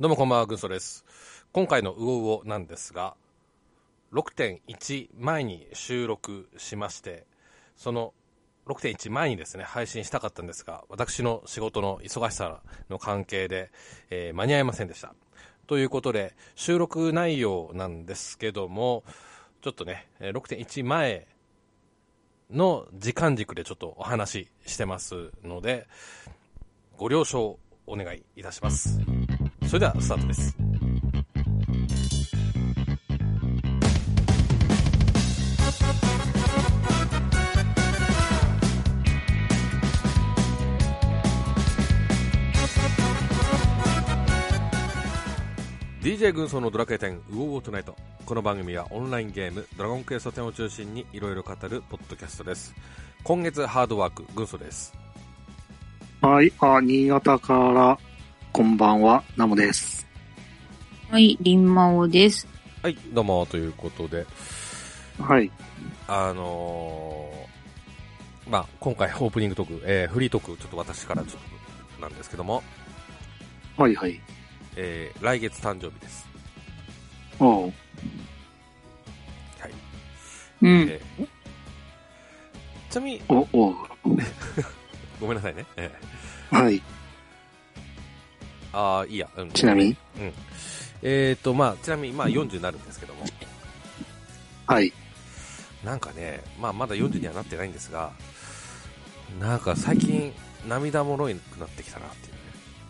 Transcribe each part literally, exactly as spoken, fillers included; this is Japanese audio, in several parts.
どうもこんばんは、軍曹です。今回のうおうおなんですが、ろくてんいち 前に収録しまして、その ろくてんいち 前にですね、配信したかったんですが、私の仕事の忙しさの関係で、えー、間に合いませんでした。ということで、収録内容なんですけども、ちょっとね、ろくてんいち 前の時間軸でちょっとお話ししてますので、ご了承お願いいたします。それではスタートです。ディージェー 軍曹のドラクエテンウオウオトナイト。この番組はオンラインゲームドラゴンクエストテンを中心にいろいろ語るポッドキャストです。今月ハードワーク軍曹です。 はい、あ、新潟からこんばんは、ナモです。 はい、リンマオです。 はい、どうもということで、 はい、 あのー、まあ今回オープニングトーク、えー、フリートークちょっと私からちょっとなんですけども、 はいはい。 えー、来月誕生日です。 おう。 はい。 うん。 えー、ちなみに、 お、おう。 ごめんなさいね。えー、はい。 ああ、いいや。うん、 ちなみにうん。えっ、ー、と、まあ、ちなみに、まあ、よんじゅうになるんですけども。 はい。 なんかね、まあ、まだよんじゅうにはなってないんですが、なんか最近、涙もろいくなってきたなっていうね。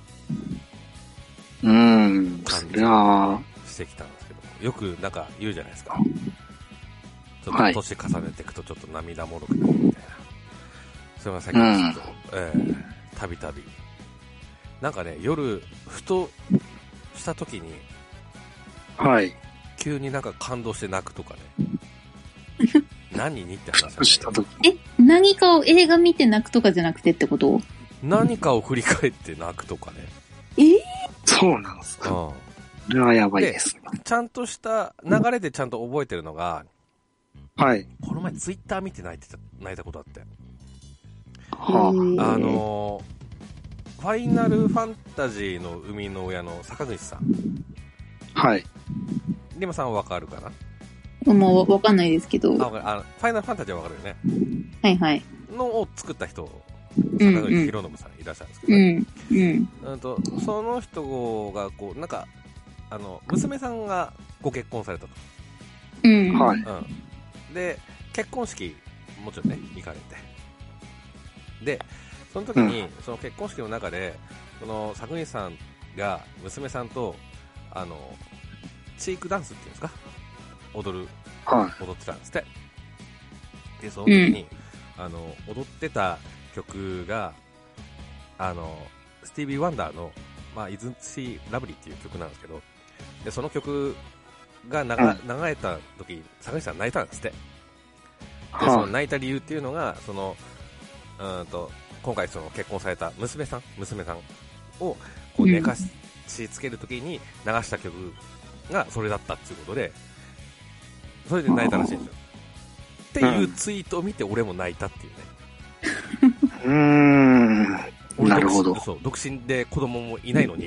うーん、それは、 してきたんですけども。よく、なんか言うじゃないですか。ちょっと年重ねていくとちょっと涙もろくなるみたいな。それが最近ちょっと、えー、たびたび。なんかね、夜、ふとした時に、 はい。 急になんか感動して泣くとかね。何にって話なんだした時え、何かを映画見て泣くとかじゃなくてってこと？ 何かを振り返って泣くとかね。 えー、 そうなんですか。 うん。 これはやばいですね。 ちゃんとした流れでちゃんと覚えてるのが、 はい。 この前ツイッター見て泣いてた、泣いたことあって。 はあのー、ファイナルファンタジーの生みの親の坂口さん。 はい。 リマさんはわかるかな？ もうわかんないですけど。 あ、わかる。あの、ファイナルファンタジーはわかるよね。 はいはい。 のを作った人、坂口博信さんいらっしゃるんですけど、 ね、うん。うん。 うんと、その人が、こう、なんか、あの、娘さんがご結婚されたと。 うん。 はい。 うん。で、結婚式、もちろんね、行かれて。で、その時に、うん、その結婚式の中で、その、坂口さんが娘さんと、あの、チークダンスっていうんですか？踊る、 はい、 踊ってたんですって。で、その時に、うん、あの、踊ってた曲が、あの、スティービー・ワンダーの、まあ、Isn't She Lovely っていう曲なんですけど、で、その曲が流、うん、流れた時に、坂口さん泣いたんですって。で、その泣いた理由っていうのが、その、うんと、今回その結婚された娘さん、娘さんをこう寝かしつける時に流した曲がそれだったっていうことで、それで泣いたらしいんですよ。っていうツイートを見て俺も泣いたっていうね。 うーん。なるほど。 そう、独身で子供もいないのに、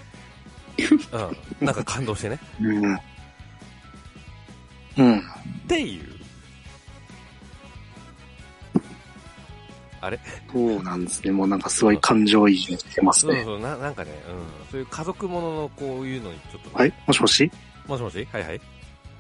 うん、なんか感動してね。 うん。うん。 っていう。あれ？ そうなんですね。もうなんかすごい感情移入してますね。 そうそう、な、なんかね、うん。そういう家族もののこういうのにちょっと、ね。 はい、もしもし？ もしもし？はいはい。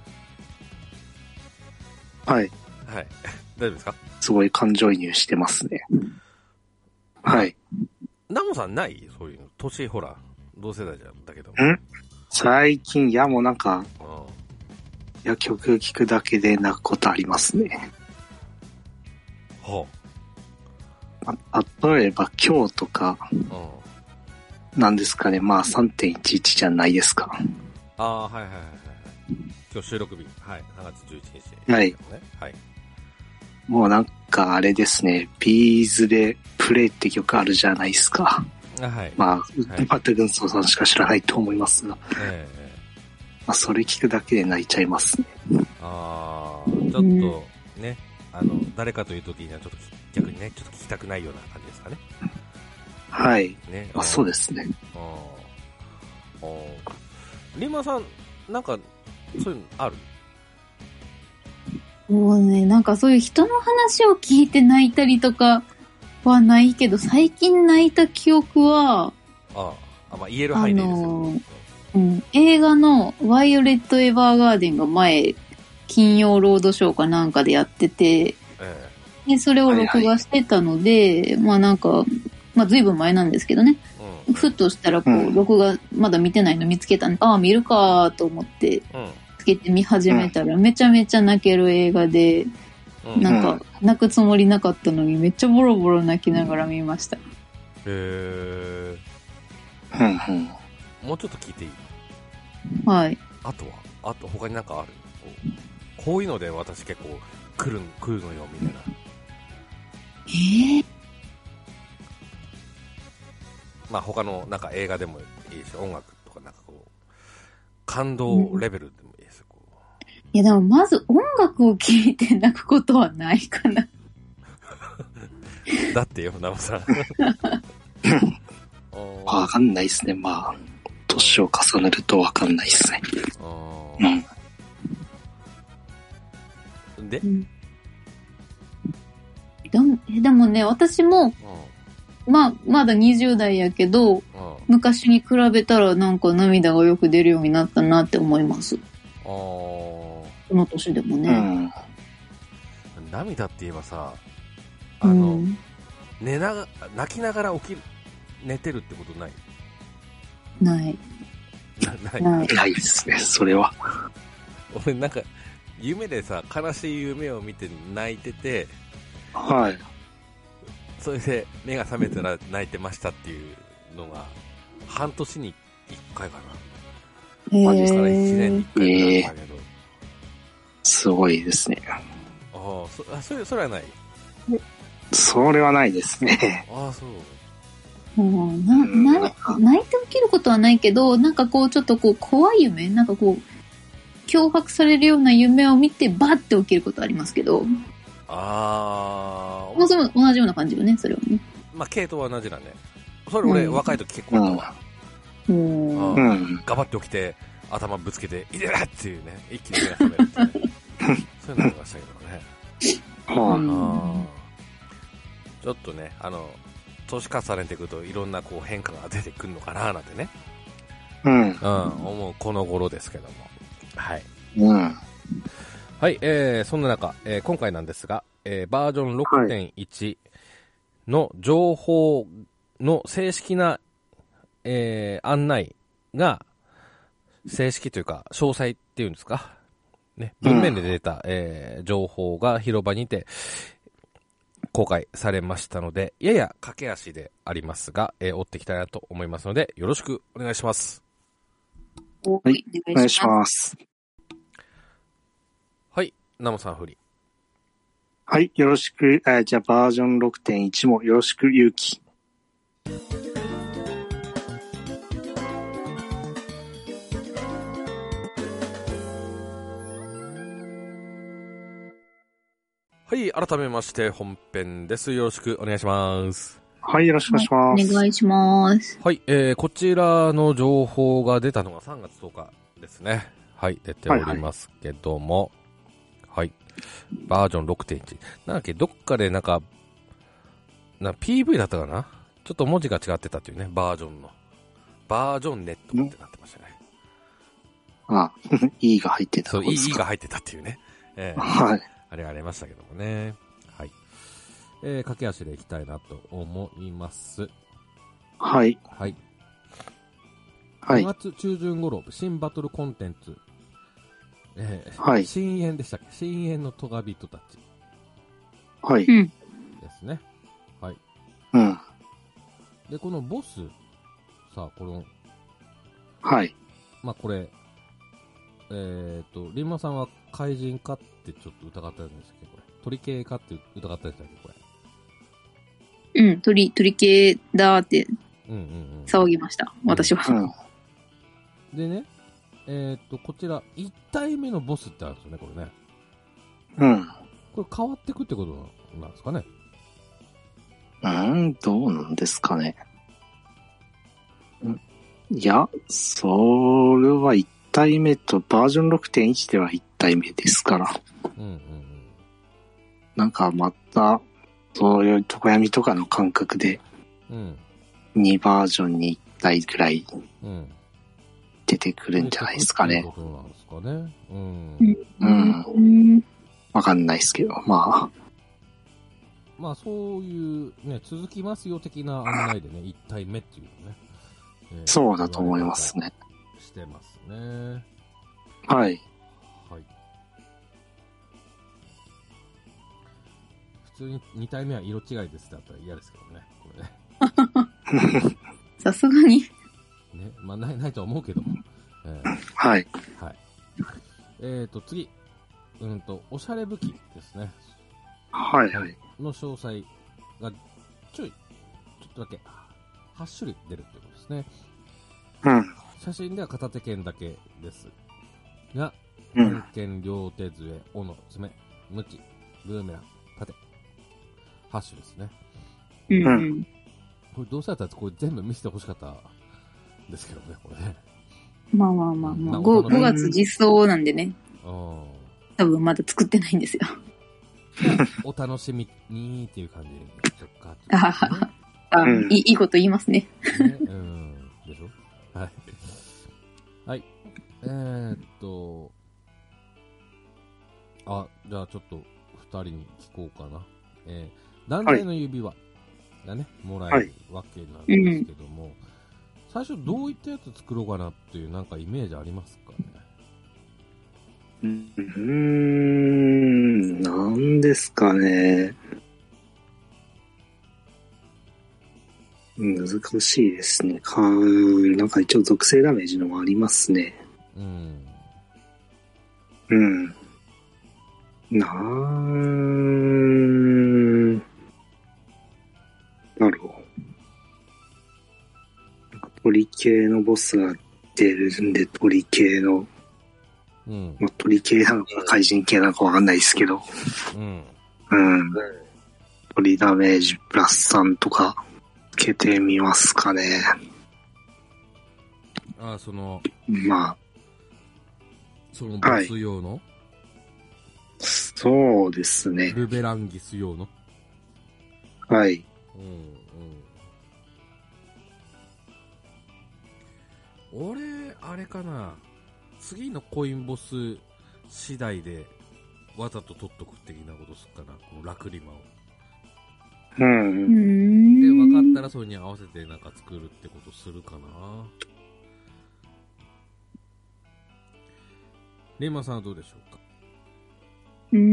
はい。 はい。大丈夫ですか？ すごい感情移入してますね。はい。 ナモさんないそういうの。年ほら、同世代じゃんだけど。ん？ 最近、いやもうなんか、 うん、 いや曲聴くだけで泣くことありますね。 はあ。例えば今日とか、うん、なんですかね、まあ さんてんいちいち じゃないですか。 ああ、はいはいはいはい。今日収録日。はい。さんがつじゅういちにち、 ね。はい。 はい。 もうなんかあれですね、ビーズでプレイって曲あるじゃないですか。 はい。 まあ、パテグンソーさんしか知らないと思いますが。 ええー。 まあ、それ聞くだけで泣いちゃいますね。 ああ、ちょっとね、あの、誰かという時にはちょっと逆にね、ちょっと聞きたくないような感じですかね。 はい。 ね。 あ、そうですね。 リンマさん、なんか、そういうのある？ もうね、なんかそういう人の話を聞いて泣いたりとかはないけど、最近泣いた記憶は、 ああ、まあ、言える範囲でいいですよ。 あのーうん、映画のワイオレット・エヴァーガーデンが前、金曜ロードショーかなんかでやってて、 えで、それを録画してたので、はいはい、まあなんか、まあ随分前なんですけどね。うん、ふっとしたらこう、うん、録画まだ見てないの見つけたんで、ああ、見るかと思って、つけて見始めたら、めちゃめちゃ泣ける映画で、うん、なんか、泣くつもりなかったのに、めっちゃボロボロ泣きながら見ました。へえー。 もうちょっと聞いていい？ はい。 あとはあと他になんかある？こういうので私結構来る、来るのよ、みたいな。 えー、 まあ他のなんか映画でもいいし、音楽とかなんかこう、感動レベルでもいいですよ。うん、 いやでもまず音楽を聴いて泣くことはないかな。 だってよ、ナムさん。 わかんないですね、まあ。年を重ねるとわかんないですね。 うん。で、 うん、でも、でもね、私も、うん、まあ、まだにじゅう代やけど、うん、昔に比べたらなんか涙がよく出るようになったなって思います。あこの年でもね、うん。 涙って言えばさ、あの、うん、寝なが、泣きながら起きる、寝てるってことない？ ない。 な、ない。ないですね、それは。 俺なんか、夢でさ、悲しい夢を見て泣いてて、 はい。 それで目が覚めたら泣いてましたっていうのが、半年にいっかいかな。マジですからいちねんにいっかいなんだけど、えー。 すごいですね。 ああ、そ、あ、それ、それはない？ それはないですね。 ああ、そう。 もうな、な、泣いて起きることはないけど、なんかこう、ちょっとこう、怖い夢なんかこう、脅迫されるような夢を見て、バッて起きることありますけど。 ああ。 もうその同じような感じよね、それはね。 まあ、系統は同じだね。それ俺、うん、若い時結構あったわ。 うん。 うん。ガバッて起きて、頭ぶつけて、いでらっていうね、一気に目が覚めるってね。そういうのありましたけどね。うん。ちょっとね、あの、年重ねてくるといろんなこう変化が出てくるのかななんてね、 うん、 うん、思うこの頃ですけども、はい、 うん、 はい、えー、そんな中、えー、今回なんですが、えー、バージョン ろくてんいち の情報の正式な、えー、案内が正式というか詳細っていうんですか、ね、文面で出た、うん、えー、情報が広場にて公開されましたので、やや駆け足でありますが、えー、追っていきたいなと思いますので、よろしくお願いします。 はい、お願いします。 はい、ナモさん振り。 はい、よろしく、えー、じゃあバージョン ろくてんいち もよろしく、ゆうき。 はい、改めまして本編です。よろしくお願いします。 はい、よろしくお願いします。 お願いします。 はい、えー、こちらの情報が出たのがさんがつとおかですね。はい、出ておりますけども。はい、はい。バージョン ろくてんいち。なんだっけ、どっかでなんか、な ピーブイ だったかな？ちょっと文字が違ってたっていうね、バージョンの。バージョンネットってなってましたね。 あ、E が入ってた。 そう、E が入ってたっていうね。えー、 はい。 あれありましたけどもね。はい。えー、駆け足でいきたいなと思います。 はい。 はい。 はい。 ごがつちゅうじゅん頃、新バトルコンテンツ。えー、 はい。 深淵でしたっけ？深淵のトガビトたち。 はい。 ですね。はい。 うん。 で、このボス、さあ、この、 はい。 まあ、これ、えっ、ー、と、リンマさんは怪人かってちょっと疑ったんですけど、これ。鳥系かって疑ったんですけど、これ。うん、鳥、鳥系だって、騒ぎました、うんうんうん、私は。 うん、でね、えっ、ー、と、こちら、いち体目のボスってあるんですよね、これね。 うん。 これ変わってくってことなんですかね。 うん、どうなんですかね。 いや、それはいち体目とバージョン ろくてんいち ではいち体目ですから。うんうんうん、なんかまた、そういう常闇とかの感覚で、にバージョンにいち体ぐらい出てくるんじゃないですかね。そうなんですかね。うん。うん。わかんないですけど、まあ。 まあそういうね、続きますよ的な案内でね、いち体目っていうのね。 えー、そうだと思いますね。 してますね。 はい。はい。 普通にに体目は色違いですってあったら嫌ですけどね、これね。 さすがに。 ね、まあない、ないとは思うけども。 えー、はい。 はい。えーと、次。うんと、おしゃれ武器ですね。 はいはい。 の詳細が、ちょい、ちょっとだけ、はち種類出るということですね。 うん。 写真では片手剣だけですが、剣剣、両手杖、斧、爪、鞭、ブーメラン、盾。はち種ですね。 うん。 これどうせだったらこれ全部見せてほしかったですけどね、これね。 まあまあまあまあ、ごがつ実装なんでね。多分まだ作ってないんですよ。 お楽しみにっていう感じで、そっか、ね。 ああ、うん、いい、いいこと言いますね。 ね、うん。でしょ？はい。はい。えー、っと、あ、じゃあちょっと二人に聞こうかな。えー、断罪の指輪がね、もらえるわけなんですけども、はいうん、最初どういったやつ作ろうかなっていうなんかイメージありますかね？ うーん、なんですかね。難しいですね。かなんか一応属性ダメージのもありますね。うん。うん。なーん。だろう。なんか鳥系のボスが出るんで、鳥系の、うん。まあ、鳥系なのか怪人系なのかわかんないですけど。うん。うん。鳥ダメージプラスさんとか。つけてみますかね。 ああ、その、 まあ、 そのボス用の、はい、 そうですね。 ルベランギス用のはい。うんうん。俺、あれかな。次のコインボス次第でわざと取っとく的なことすっかな。このラクリマを。 うん。 で、分かったらそれに合わせてなんか作るってことするかな。レイマンさんはどうでしょうか？ うー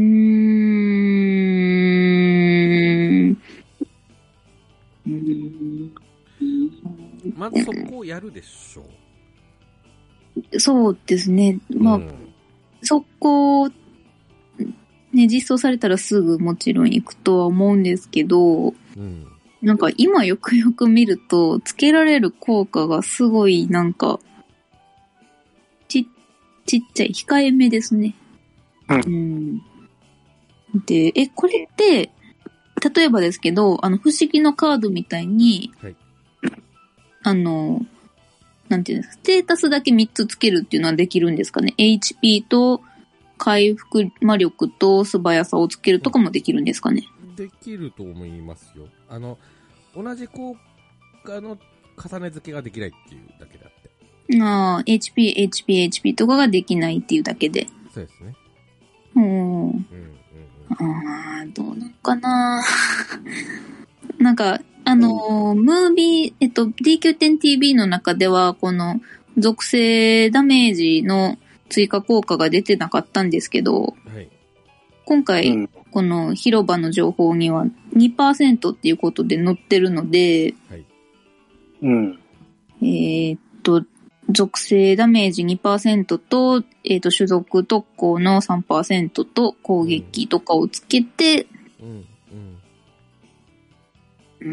ん。うーん。 まずそこをやるでしょう。そうですね。まあ、うん、そこ、ね、実装されたらすぐもちろん行くとは思うんですけど、うん、なんか今よくよく見ると、つけられる効果がすごいなんか、ち、ちっちゃい、控えめですね。うん。で、え、これって、例えばですけど、あの、不思議のカードみたいに、はい、あの、なんていうんですか、ステータスだけみっつつけるっていうのはできるんですかね。エイチピー と、回復魔力と素早さをつけるとかもできるんですかね。 できると思いますよ。あの、同じ効果の重ね付けができないっていうだけであって。 ああ、エイチピー、エイチピー、エイチピー とかができないっていうだけで。 そうですね。 うん。うんうんうん、ああ、どうなのかななんか、あの、ムービー、えっと、ディーキューテンティービー の中では、この、属性ダメージの追加効果が出てなかったんですけど、はい、今回、うん、この広場の情報には にパーセント っていうことで載ってるので、はいうん、えー、っと、属性ダメージ にパーセント と、えー、っと、種族特攻の さんパーセント と攻撃とかをつけて、うんうんうん、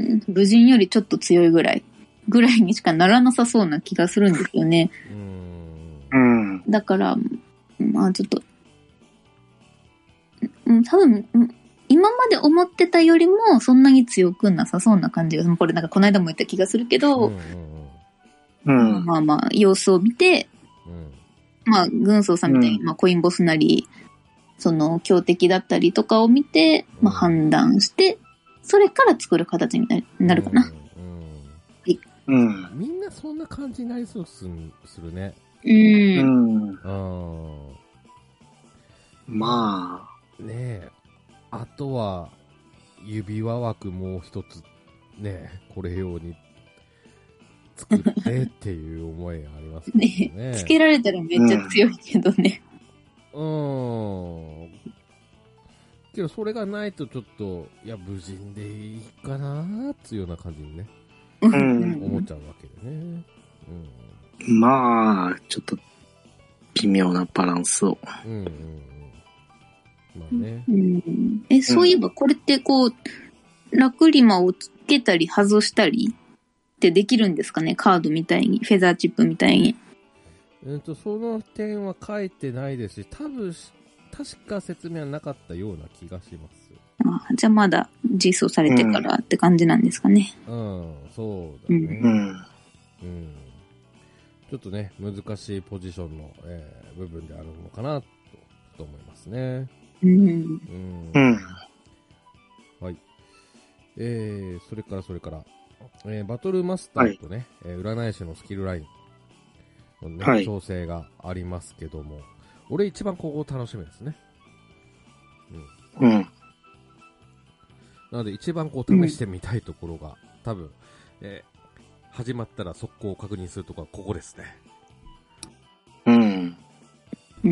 うーん、武人よりちょっと強いぐらい、ぐらいにしかならなさそうな気がするんですよね。うん、だから、まあちょっと、うん、多分、今まで思ってたよりもそんなに強くなさそうな感じが、これなんかこの間も言った気がするけど、うんうんうん、 うん、 まあまあ、様子を見て、 うん、 まあ、軍曹さんみたいに、うん、まあ、コインボスなり、その、強敵だったりとかを見て、まあ、判断して、それから作る形になるかな。 うん。うん。 みんなそんな感じになりそうするね。 うん。 うん。 まあ。ねえ。あとは、指輪枠もう一つ、ね、これ用に作ってっていう思いがありますね。 ね、つけられたらめっちゃ強いけどね。 うん。うん。けどそれがないとちょっと、いや、無人でいいかなーっていうような感じにね、 うん、 思っちゃうわけでね。 うん、まあ、ちょっと、微妙なバランスを。 うんうんうん。まあね。 うん、え、そういえばこれってこう、ラクリマをつけたり外したりってできるんですかね、カードみたいに、フェザーチップみたいに。 えっと、その点は書いてないですし、多分、確か説明はなかったような気がします。 あ、じゃあまだ実装されてからって感じなんですかね。 うん、うん、そうだね。うん。うん。ちょっとね、難しいポジションの、えー、部分であるのかなと、と思いますね。 うん。うん。 うん。 はい。えー、それからそれから、えー、バトルマスターとね、はい、えー、占い師のスキルラインのね、はい、調整がありますけども、俺一番ここ楽しみですね。 うん。うん。 なので一番こう試してみたいところが、うん、多分、えー、始まったら速攻を確認するところはここですね。 うん。 うんうん。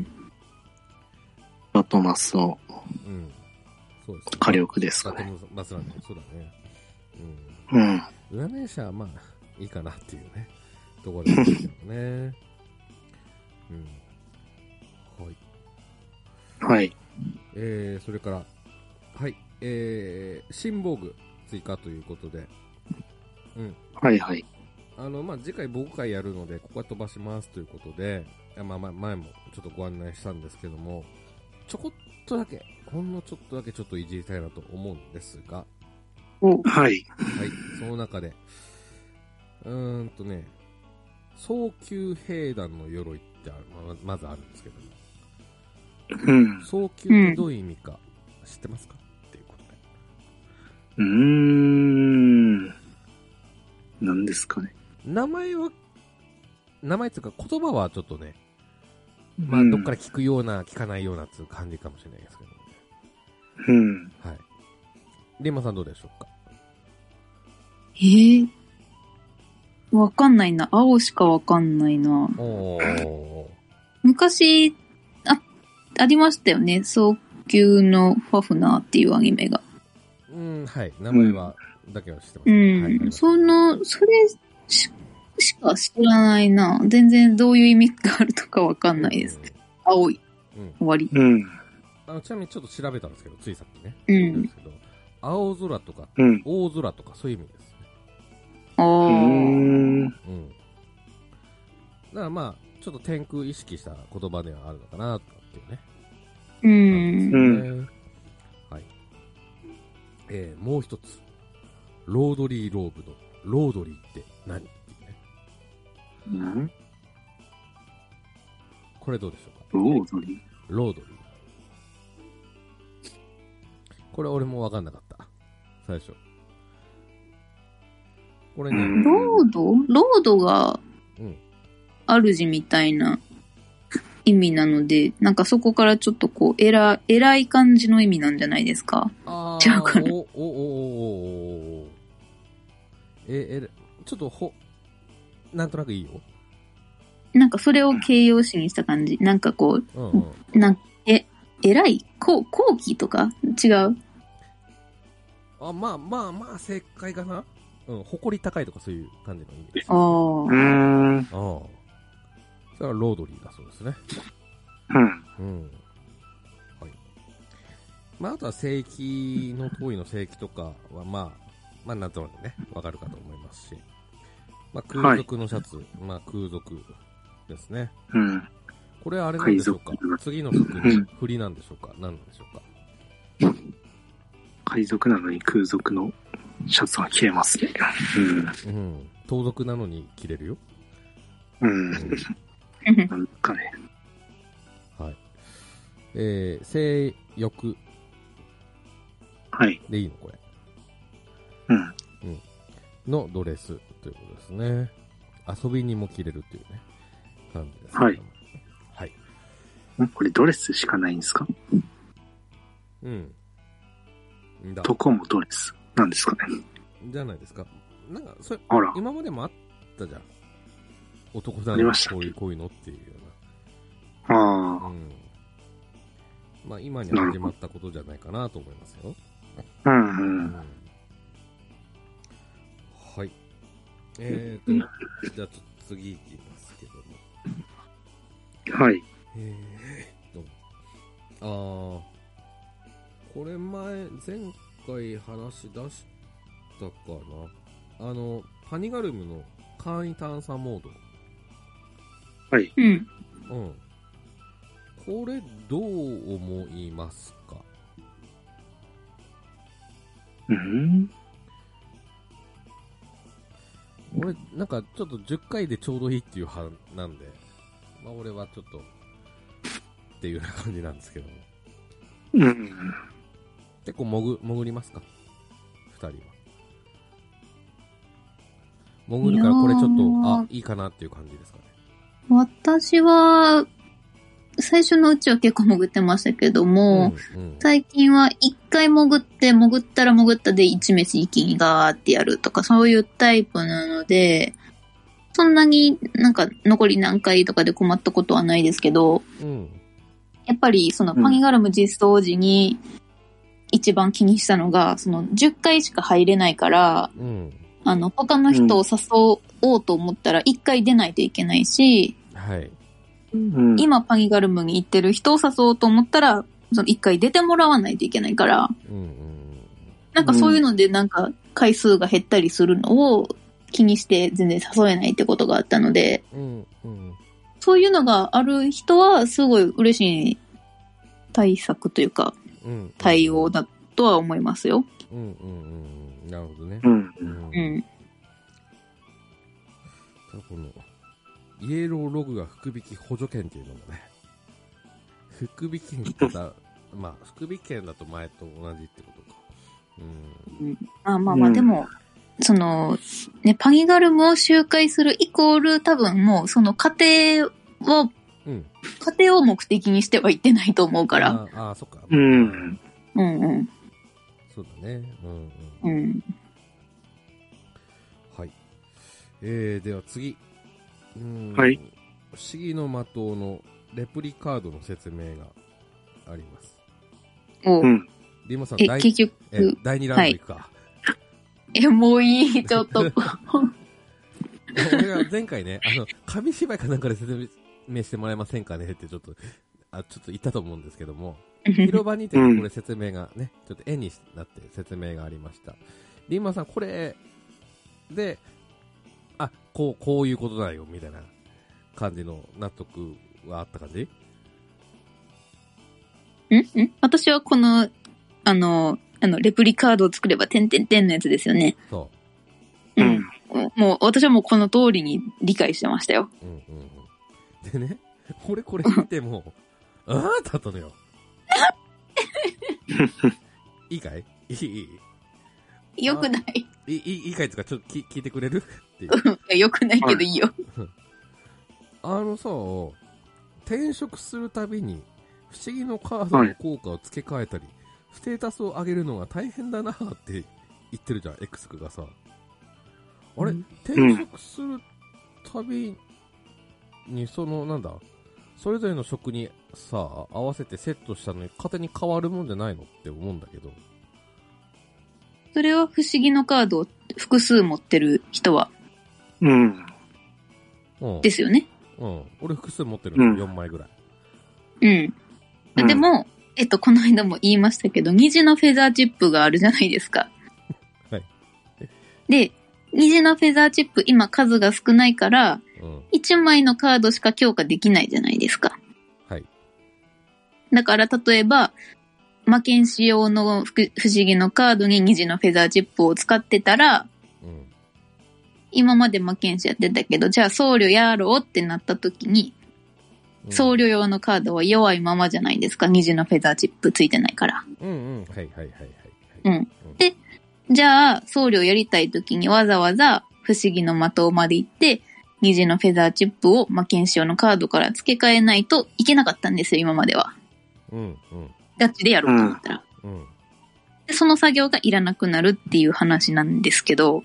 バトマスを。 うん。そうですね。 火力ですかね。 バトマスなんで、そうだね。 うん。 うん。占い師はまあ、いいかなっていうね、ところですけどね。うん。はい。 はい。 えー、それから、はい、えー、新防具追加ということで、うん。 はいはい。 あの、まあ、次回防具会やるので、ここは飛ばしますということで、まあまあ、前もちょっとご案内したんですけども、ちょこっとだけ、ほんのちょっとだけちょっといじりたいなと思うんですが、 はい。はい、 その中で、うーんとね、早急兵団の鎧ってある、ま, まずあるんですけども、 うん。 早急ってどういう意味か知ってますか、うん、っていうことで。 うーん。何ですかね。 名前は、名前っていうか言葉はちょっとね、まあ、どっから聞くような、聞かないようなっていう感じかもしれないですけど、ね。 うん。 はい。リンマさんどうでしょうか。 えー、わかんないな。青しかわかんないな。 おー。 昔、あ、ありましたよね。早急のファフナーっていうアニメが。 うん、はい。名前は、だけは知ってます。 うん。はい、その、それし、しか知らないな。全然どういう意味があるとかわかんないです。うん、青い。うん、終わり。 うん。 あの、ちなみにちょっと調べたんですけど、ついさっきね。 うん。 ですけど、青空とか、うん、大空とかそういう意味ですね。 ああ。うん。うん。だからまあ、ちょっと天空意識した言葉ではあるのかな、っていうね。 うん。 ね、うん。はい。えー、もう一つ。ロードリーローブの、ロードリーって何っていうね。 うん、 これどうでしょうか。 ロードリーロードリー。これ俺も分かんなかった。最初。これね。 ロードロードが、主みたいな意味なので、なんかそこからちょっとこう、偉、偉い感じの意味なんじゃないですか。 あ違うかな。 お、お、お、お、お、え、え、ちょっとほ、なんとなくいいよ。 なんかそれを形容詞にした感じ。なんかこう、うんうん、なんえ、偉いこう、後期とか違うあ、まあまあまあ、正解かな。うん、誇り高いとかそういう感じの意味です。 ああ。うーん。ああ。 それはロードリーだそうですね。 うん。 うん。はい。まあ、あとは正規の遠いの正規とかは、まあ、まあ、なんとなくね、わかるかと思いますし。まあ、空賊のシャツ、はい、まあ、空賊ですね。 うん。 これはあれなんでしょうか。次の作に振りなんでしょうか。何なんでしょうか。 海賊なのに空賊のシャツが着れますね。うん。 うん。 盗賊なのに切れるよ。 うん。なんかね。 はい。えー、性欲。 はい。 でいいのこれ。 うん。 うん。のドレスということですね。遊びにも着れるっていうね。感じです、ね。 はい。 はい。 これドレスしかないんですか？ うん。 どこもドレスなんですかね。 じゃないですか。なんか、それ、 あら今までもあったじゃん。男なのにこういう、こういうのっていうような。ああ。 うん。まあ今に始まったことじゃないかなと思いますよ。 うんうん。うん、 はい。えーと、じゃあちょっと次いきますけども。 はい。 えーと、あー、これ前、前回話し出したかな。あの、パニガルムの簡易探査モード。 はい。 うん。 うん。これ、どう思いますか？ うん。 俺、なんか、ちょっとじゅっかいでちょうどいいっていう派なんで、まあ俺はちょっと、っていうような感じなんですけども。 うん。 結構潜、潜りますか？二人は。潜るからこれちょっと、あ、いいかなっていう感じですかね。 私は、最初のうちは結構潜ってましたけども、うんうん、最近は一回潜って、潜ったら潜ったで一飯一気にガーってやるとか、そういうタイプなので、そんなになんか残り何回とかで困ったことはないですけど、うん、やっぱりそのパニガルム実装時に一番気にしたのが、そのじゅっかいしか入れないから、うん、あの他の人を誘おうと思ったらいっかい出ないといけないし、 はい。 うん、今パニガルムに行ってる人を誘おうと思ったら、その一回出てもらわないといけないから、うんうん、なんかそういうのでなんか回数が減ったりするのを気にして全然誘えないってことがあったので、うんうん、そういうのがある人はすごい嬉しい対策というか、うんうん、対応だとは思いますよ。 うんうんうん、なるほどね。 うんうん。 このイエローログが福引き補助券っていうのもね、福引券ってさ、まあ福引券だと前と同じってことか。 うん。まあまあまあ、でも、その、ね、パニガルムを周回するイコール多分もうその過程を、うん、過程を目的にしてはいってないと思うから。 ああ、そっか。 うん。 うんうん。 そうだね。うんうん。うん。はい。えー、では次。うん、 はい。 不思議の的のレプリカードの説明があります。 おう。ん。 リモさん、え、 結局。 え、だいにラウンド行くか。はい、 え、もういい、ちょっと。 俺が前回ね、あの、紙芝居かなんかで説明してもらえませんかねってちょっと、あ、ちょっと言ったと思うんですけども、広場にてこれ説明がね、ちょっと絵になって説明がありました。リンマさん、これで、あ、こう、こういうことだよ、みたいな感じの納得はあった感じ？ んん私はこの、あの、あの、レプリカードを作れば、てんてんてんのやつですよね。 そう。うん。もう、私はもうこの通りに理解してましたよ。 うんうんうん。でね、俺これ見ても、あーだったのよ。いいかい？いいいいよくない。 いい、いいかいとか、ちょっと聞聞いてくれるっていう。 いや、よくないけどいいよ。 あのさ、転職するたびに、不思議のカードの効果を付け替えたり、はい、ステータスを上げるのが大変だなって言ってるじゃん、X がさ。あれ、うん、転職するたびに、その、なんだ、それぞれの職にさ、合わせてセットしたのに勝手に変わるもんじゃないのって思うんだけど。 それは不思議のカードを複数持ってる人は。 うん。 ですよね。 うん。俺複数持ってるんですよ、うん、よんまいぐらい。 うん。うん、でも、えっと、この間も言いましたけど、虹のフェザーチップがあるじゃないですか。 はい。 で、虹のフェザーチップ今数が少ないから、うん、いちまいのカードしか強化できないじゃないですか。 はい。 だから例えば、魔剣仕様の不思議のカードに虹のフェザーチップを使ってたら、うん、 今まで魔剣士やってたけど、じゃあ僧侶やろうってなった時に、僧侶用のカードは弱いままじゃないですか。虹のフェザーチップついてないから。 うんうん。はいはいはいはい、はい。 うん。で、じゃあ、僧侶やりたい時にわざわざ不思議の的まで行って、虹のフェザーチップを魔剣士用のカードから付け替えないといけなかったんですよ、今までは。 うんうん。 ガチでやろうと思ったら。うん。で、その作業がいらなくなるっていう話なんですけど。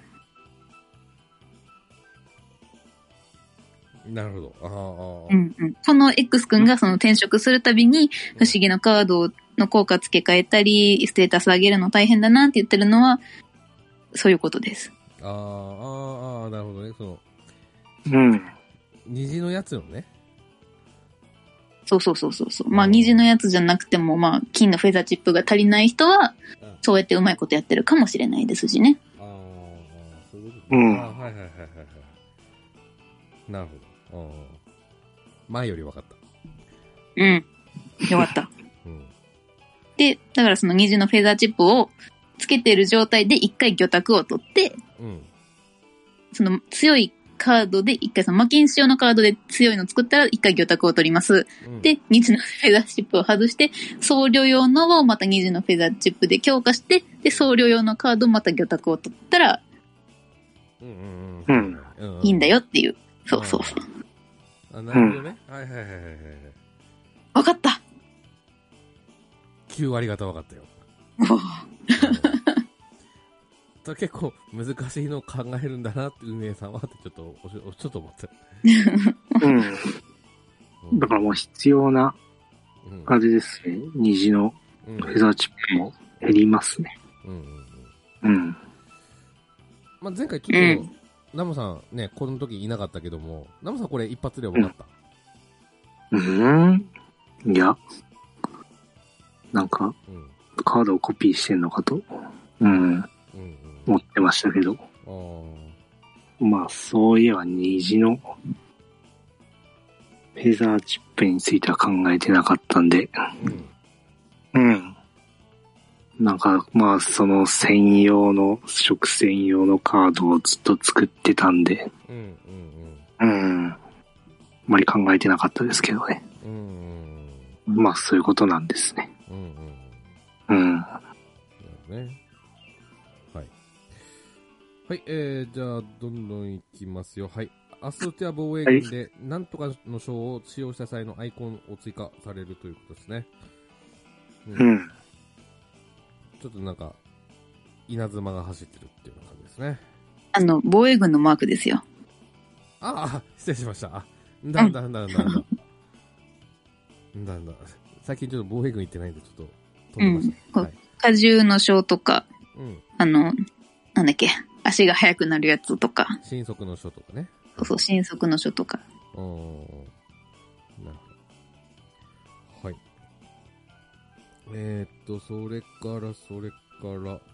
なるほど。ああ。うんうん。この X 君がその転職するたびに不思議なカードの効果付け替えたり、ステータス上げるの大変だなって言ってるのは、そういうことです。 ああ、ああ、なるほどね。その、 うん。 虹のやつのね。 そうそうそうそうそう。まあ虹のやつじゃなくても、まあ金のフェザーチップが足りない人は、そうやってうまいことやってるかもしれないですしね。 ああ、そういうことね。うん。あはいはいはいはいはい。なるほど。前より分かった。 うん。よかった。うん、で、だからその虹のフェザーチップをつけてる状態で一回魚拓を取って、うん、その強いカードで一回その魔剣士用のカードで強いの作ったら一回魚拓を取ります。うん、で、虹のフェザーチップを外して、僧侶用のをまた虹のフェザーチップで強化して、で、僧侶用のカードをまた魚拓を取ったら、うんうんうん、いいんだよっていう。そうそうそう。 あ、なるほどね。うん、はいはいはいはいはい。 わかった。 きゅう割方わかったよ。結構難しいのを考えるんだなって運営さんはってちょっとちょっと思った。 うん。だからもう必要なあれですね。うん、虹のフェザーチップも減りますね。うんうんうん。うん。 まあ前回ちょっと、うん、ナムさんねこの時いなかったけども、ナムさんこれ一発で分かった。 うん。うんいや。なんか、うん、カードをコピーしてんのかと。うん。うんうん思ってましたけど。まあ、そういえば虹のフェザーチップについては考えてなかったんで。うん。うん。なんか、まあ、その専用の、食専用のカードをずっと作ってたんで。うんうんうん。うん。あまり考えてなかったですけどね。うんうん。まあ、そういうことなんですね。うんうん。うん。なるほどね。 はい、えー、じゃあ、どんどんいきますよ。はい。アストティア防衛軍で、なんとかの章を使用した際のアイコンを追加されるということですね。うん。うん、ちょっとなんか、稲妻が走ってるっていうような感じですね。 あの、防衛軍のマークですよ。 ああ、失礼しました。あ、だんだんだんだんだん。だんだん。最近ちょっと防衛軍行ってないんで、ちょっと飛んでました。うんはい、 荷重の章とか、うん、あの、なんだっけ。足が速くなるやつとか。 新速の書とかね。 そうそう、新速の書とか。 うん。なるほど。はい。えー、っと、それから、それから、う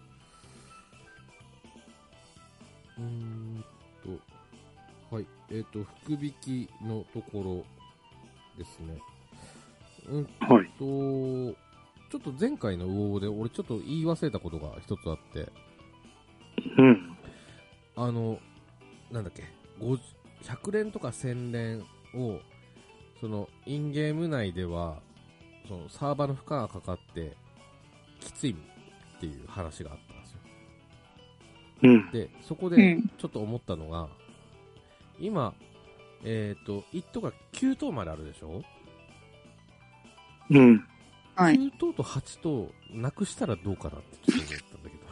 ーんと、はい。えー、っと、福引きのところですね。うんと、はい、ちょっと前回の応募で、俺ちょっと言い忘れたことが一つあって、 うん。 あの、なんだっけ、ひゃく連とかせん連を、その、インゲーム内では、その、サーバーの負荷がかかって、きついっていう話があったんですよ。 うん。 で、そこで、ちょっと思ったのが、うん、今、えっと、いち等がきゅう等まであるでしょ？ うん。 はい。 きゅう等とはち等なくしたらどうかなってちょっと思ったんだけど。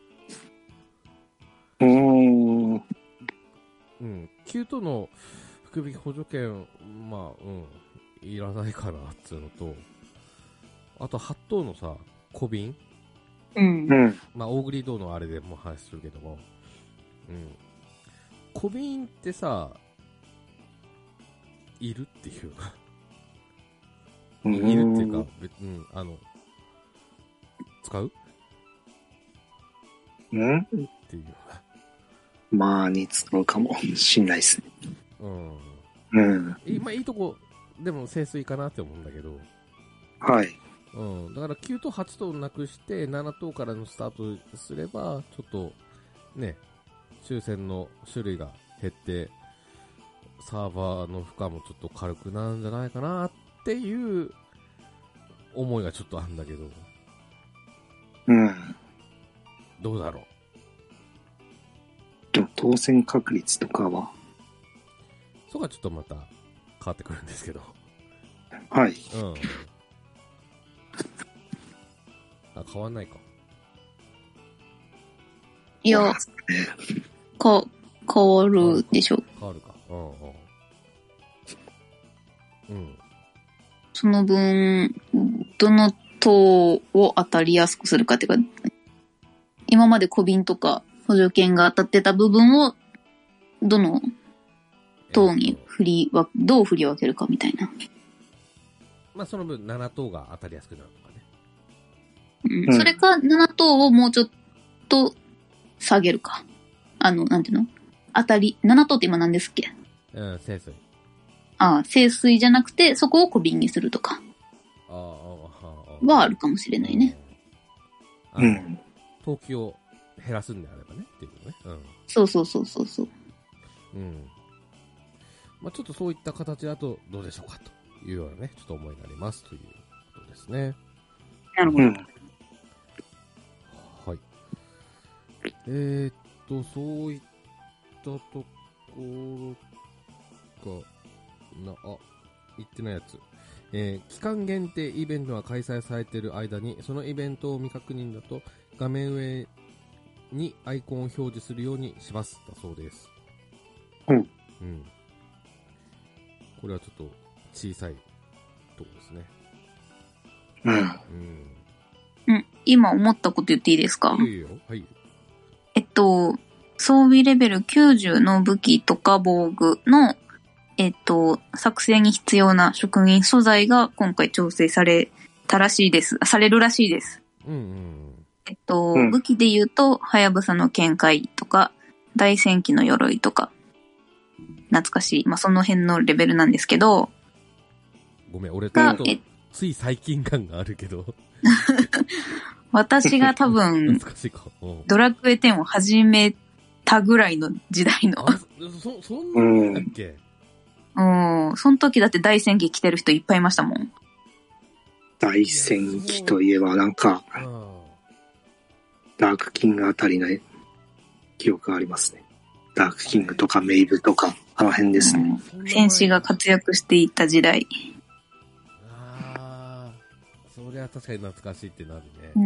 うーん。 うん。きゅう等の福引き補助券、まあ、うん。いらないかなっていうのと、あとはち等のさ、小瓶うん。 まあ、大栗堂のあれでも話するけども、うん。小瓶ってさ、いるっていうかいるっていうか、別うん、あの、使ううんっていう。 まあ、に使うかもしんないっすね。 うん。 うん。 いまあ、いいとこ、でも清水かなって思うんだけど。 はい。 うん。だからきゅう等はち等なくして、なな等からのスタートすれば、ちょっと、ね、 抽選の種類が減って、サーバーの負荷もちょっと軽くなるんじゃないかなっていう思いがちょっとあるんだけど。 うん。 どうだろう。 でも当選確率とかはそこはちょっとまた変わってくるんですけど。 はい。 うん。あ、変わんないか。 いや、か、変わるでしょ。 変わるか。うんうん。うん。 その分、どの党を当たりやすくするかっていうか、今まで小瓶とか補助券が当たってた部分を、どの党に振りわ、どう振り分けるかみたいな。 まあその分なな党が当たりやすくなるとかね。 うん。それかなな党をもうちょっと下げるか。あの、なんていうの？当たり、なな党って今何ですっけ？ うん、清水。 ああ、清水じゃなくて、そこを小瓶にするとか。 ああ、ああ、 はあるかもしれないね。 うん。投機を減らすんであればね、っていうね。うん。 そうそうそうそうそう。 うん。まあちょっとそういった形だとどうでしょうかというようなね、ちょっと思いになりますということですね。 なるほど。うん、 はい。えー、っと、そういったところかな、あ、言ってないやつ。えー、期間限定イベントが開催されている間に、そのイベントを未確認だと、画面上にアイコンを表示するようにします。だそうです。 うん。 うん。これはちょっと小さいとこですね。 うん。うん。 うん。今思ったこと言っていいですか？ いいよ。はい。 えっと、装備レベルきゅうじゅうの武器とか防具のえっと、作成に必要な職人素材が今回調整されたらしいです。されるらしいです。 うんうん。 えっと、 うん、 武器で言うと、はやぶさの剣鎧とか、大戦記の鎧とか、懐かしい。まあ、その辺のレベルなんですけど。 ごめん、俺とつい最近感があるけど。 私が多分、 懐かしいか。 ドラクエテンを始めたぐらいの時代の。 あ、そ、そんなんだっけ？ うん、その時だって大戦記来てる人いっぱいいましたもん。 大戦記といえばなんか、ダークキングあたりの記憶がありますね。ダークキングとかメイブとか、あの辺ですね。 うん、戦士が活躍していた時代。 ああ、それは確かに懐かしいってなるね。 うん。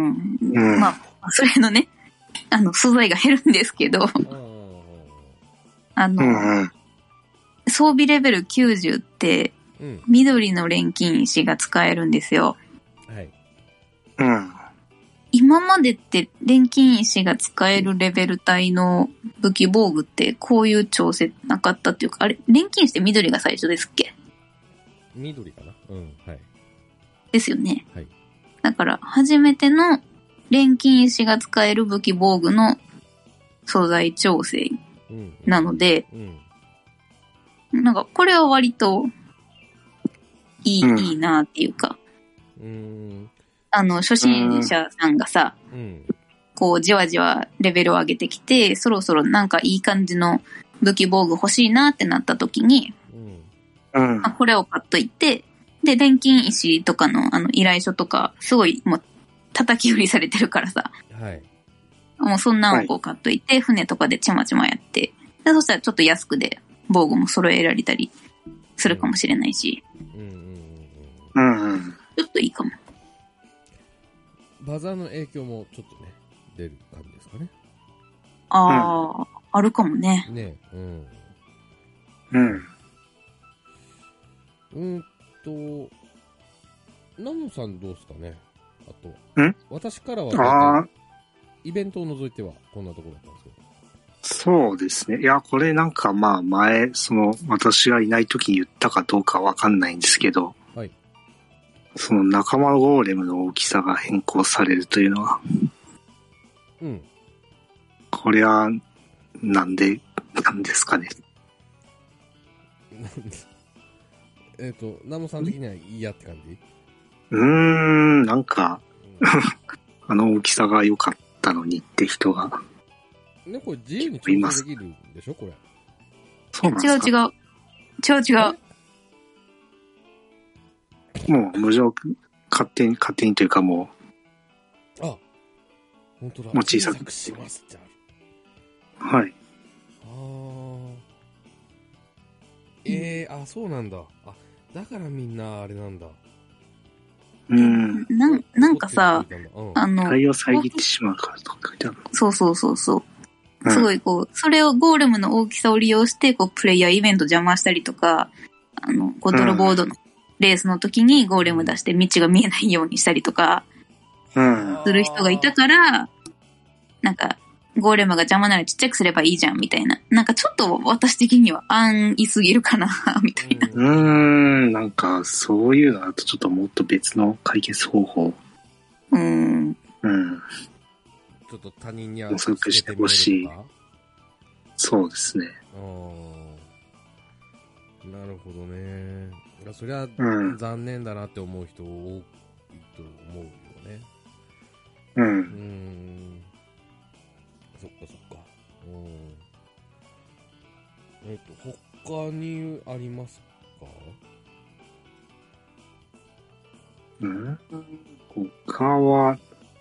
うん、まあ、それのね、あの、素材が減るんですけど、あの、うんうん、装備レベルきゅうじゅうって、うん、緑の錬金石が使えるんですよ。 はい。 うん。 今までって錬金石が使えるレベル帯の武器防具ってこういう調整なかったっていうか、あれ、錬金石って緑が最初ですっけ？ 緑かな？うん、はい。 ですよね。 はい。 だから、初めての錬金石が使える武器防具の素材調整なので、うんうんうん、なんか、これは割と、いい、うん、いいなっていうか、 うーん、 あの、初心者さんがさ、うん、こう、じわじわレベルを上げてきて、そろそろなんかいい感じの武器防具欲しいなってなった時に、うんまあ、これを買っといて、で、錬金石とかのあの依頼書とか、すごいもう叩き売りされてるからさ、 はい、 もうそんなんをこう買っといて、はい、船とかでちまちまやって、でそしたらちょっと安くで防具も揃えられたりするかもしれないし、 うんうんうんうん、 ちょっといいかも。 バザーの影響もちょっとね、出る感じですかね。 ああ、うん、あるかもね。 ね、うん。 うん。 うんと、ナモさんどうですかね。あと、 ん私からはイベントを除いてはこんなところだったんですけど。 そうですね。いや、これなんかまあ前、その私がいない時に言ったかどうかわかんないんですけど、 はい。 その仲間ゴーレムの大きさが変更されるというのは、 うん。 これは、なんで、なんですかね。 えっと、ナモさん的にはいいやって感じ？ うーん、なんか、うん、あの大きさが良かったのにって人がね、これ自由に調整できるんでしょこれ。 そうなんですか？ 違う違う。違う違う。 もう無条件、勝手に、勝手にというかもう。あ、本当だ。 もう小さくしますってある。 はい。 あー。えー、あ、そうなんだ。あ、だからみんなあれなんだ。 うん。 なん、なんかさ、 うん、 あの、 会を遮ってしまうからとか書いてある。 そうそうそうそう。すごいこう、それをゴーレムの大きさを利用して、こう、プレイヤーイベント邪魔したりとか、あの、こう、ドロボードのレースの時にゴーレム出して道が見えないようにしたりとか、する人がいたから、なんか、ゴーレムが邪魔ならちっちゃくすればいいじゃん、みたいな。なんかちょっと私的には安易すぎるかな、みたいな。 うーん、なんか、そういうのだとちょっともっと別の解決方法。 うーん。 うん。 ちょっと他人には模索してほしい。そうですね。 ああ。なるほどね。そりゃ、残念だなって思う人多いと思うよね。 うん。 うーん。そっかそっか。うん。えっと、他にありますか？ うん。他は、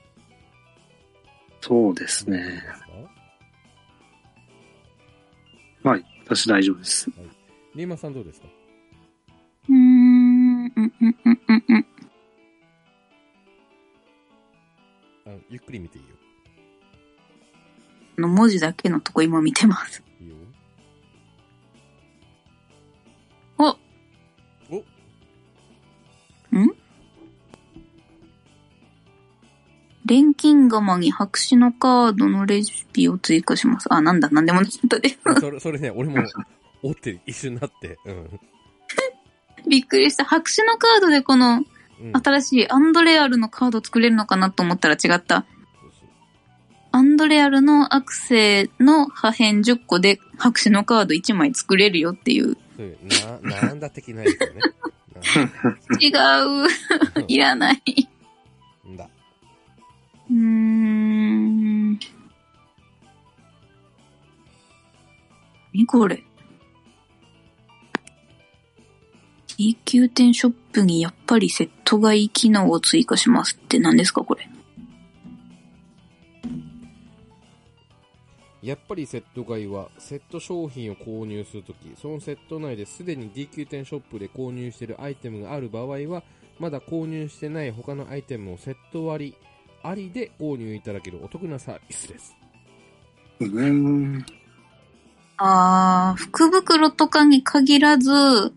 そうですね。はい、私大丈夫です。はい、 リーマンさんどうですか？ うーん、うん、うん、うん、うん、うん。 あ、ゆっくり見ていいよ。 の文字だけのとこ今見てます。 いいよ。 おおん錬金釜に白紙のカードのレシピを追加します。あ、なんだ、なんでもなかったです。 それ、それね、俺も、おって一瞬なって。うん。 びっくりした。白紙のカードでこの、新しいアンドレアルのカード作れるのかなと思ったら違った。アンドレアルのアクセの破片じゅっこで白紙のカードいちまい作れるよっていう。 そういうな、なんだ的なやつよね。 違う。いらない。 んだ。 うーん。何これ？ ディーきゅう 店ショップにやっぱりセット買い機能を追加しますって何ですかこれ？ やっぱりセット買いは、セット商品を購入するとき、そのセット内ですでに ディーきゅう 店ショップで購入しているアイテムがある場合は、まだ購入してない他のアイテムをセット割ありで購入いただけるお得なサービスです。 うーん。 あー、福袋とかに限らず、うん。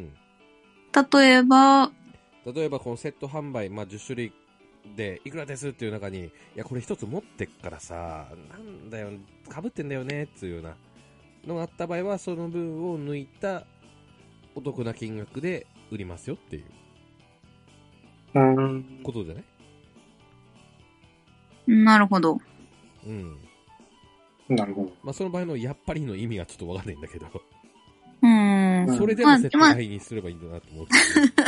例えば、 例えばこのセット販売、まあ、じゅっしゅるいでいくらですっていう中に、いやこれ一つ持ってっからさ、なんだよ、被ってんだよねっていうようなのがあった場合は、その分を抜いたお得な金額で売りますよっていうことじゃない？ なるほど。 うん。 なるほど。 まあその場合のやっぱりの意味がちょっとわかんないんだけど。 うん。 それでもセット買いにすればいいんだなと思って。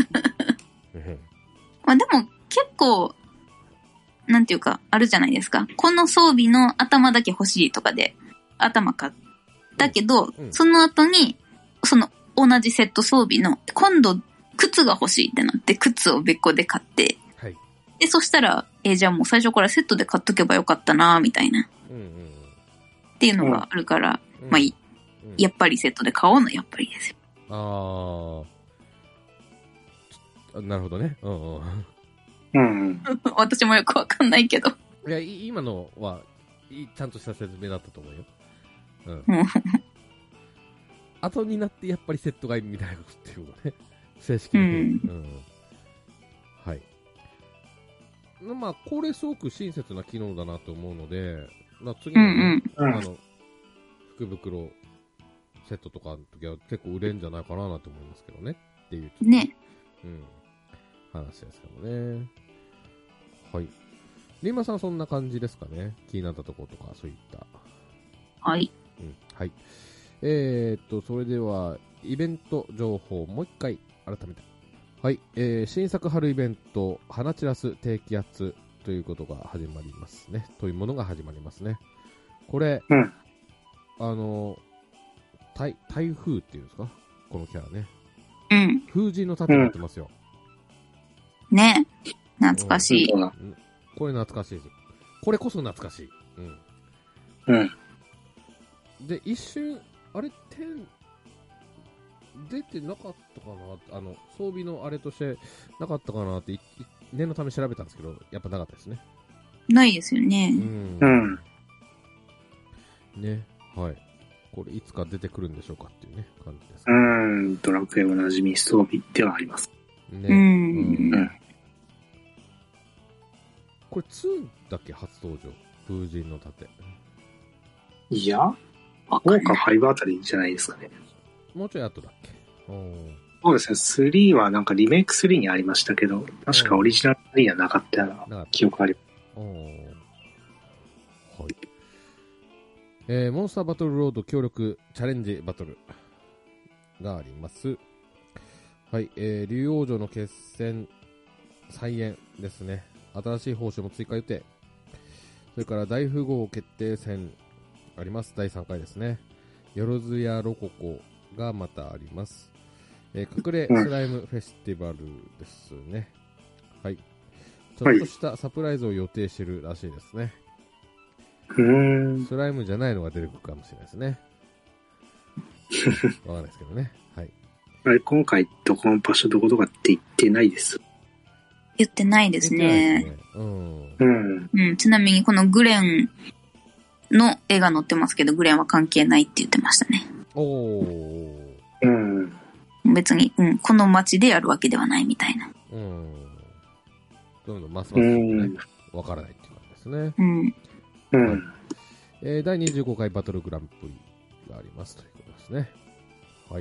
まあでも結構、なんていうか、あるじゃないですか。この装備の頭だけ欲しいとかで、頭買ったけど、うんうん、その後に、その同じセット装備の、今度靴が欲しいってなって、靴を別個で買って、 はい、 で、そしたら、えー、じゃあもう最初からセットで買っとけばよかったなみたいな、うんうんうん。っていうのがあるから、うん、まあ、うん、やっぱりセットで買おうの、やっぱりですよ。 ああ。なるほどね。うんうん。 うん、 私もよくわかんないけど。 いや、今のは、ちゃんとした説明だったと思うよ。うん。後になってやっぱりセット買いみたいなことっていうことね。正式に。うん。うん、はい。まあ、これすごく親切な機能だなと思うので、まあ、次の、ね、うんうん、あの、福袋セットとかの時は結構売れるんじゃないかなと思いますけどね。っていう。 ね。 うん。話ですけどね。はい。リンマさんそんな感じですかね。気になったところとか、そういった。 はい。 うん。はい。えー、っと、それでは、イベント情報、もう一回、改めて。はい。えー、新作春イベント、花散らす低気圧ということが始まりますね。というものが始まりますね。 これ、 うん、 あの、台、台風っていうんですかこのキャラね。 うん。 風神の盾になってますよ。 うん、ね。懐かしい、うん。 これ懐かしいです。これこそ懐かしい。 うん。うん。 で、一瞬、あれ、天、出てなかったかなあの、装備のあれとしてなかったかなって念のため調べたんですけど、やっぱなかったですね。 ないですよね。 うん。 ね、はい。これいつか出てくるんでしょうかっていうね、感じです、 ね。うん、ドラクエおなじみ装備ではあります。 ね。 うん。うん、 これにだっけ初登場。風神の盾。 いや、フォーかファイブあたりじゃないですかね。 もうちょい後だっけ。 そうですね、スリーはなんかリメイクスリーにありましたけど、確かオリジナルスリーにはなかったような記憶あります。 はい。えー、モンスターバトルロード協力チャレンジバトルがあります。はい、えー、竜王女の決戦再演ですね。新しい報酬も追加予定。それから大富豪決定戦あります。だいさんかいですね。よろずやロココがまたあります。えー、隠れスライムフェスティバルですね。はい。ちょっとしたサプライズを予定してるらしいですね。 うん、 スライムじゃないのが出てくるかもしれないですね。わかんないですけどね。はい。 あれ、今回どこの場所どことかって言ってないです。 言ってないですね。 ね、うん、 うん。 うん。ちなみにこのグレンの絵が載ってますけど、グレンは関係ないって言ってましたね。 おー。 うん。 別に、うん、この街でやるわけではないみたいな。 うん。どんどんますますね、わからないっていう感じですね。 うん。 うん。 えー、だいにじゅうごかいバトルグランプリがありますということですね。はい。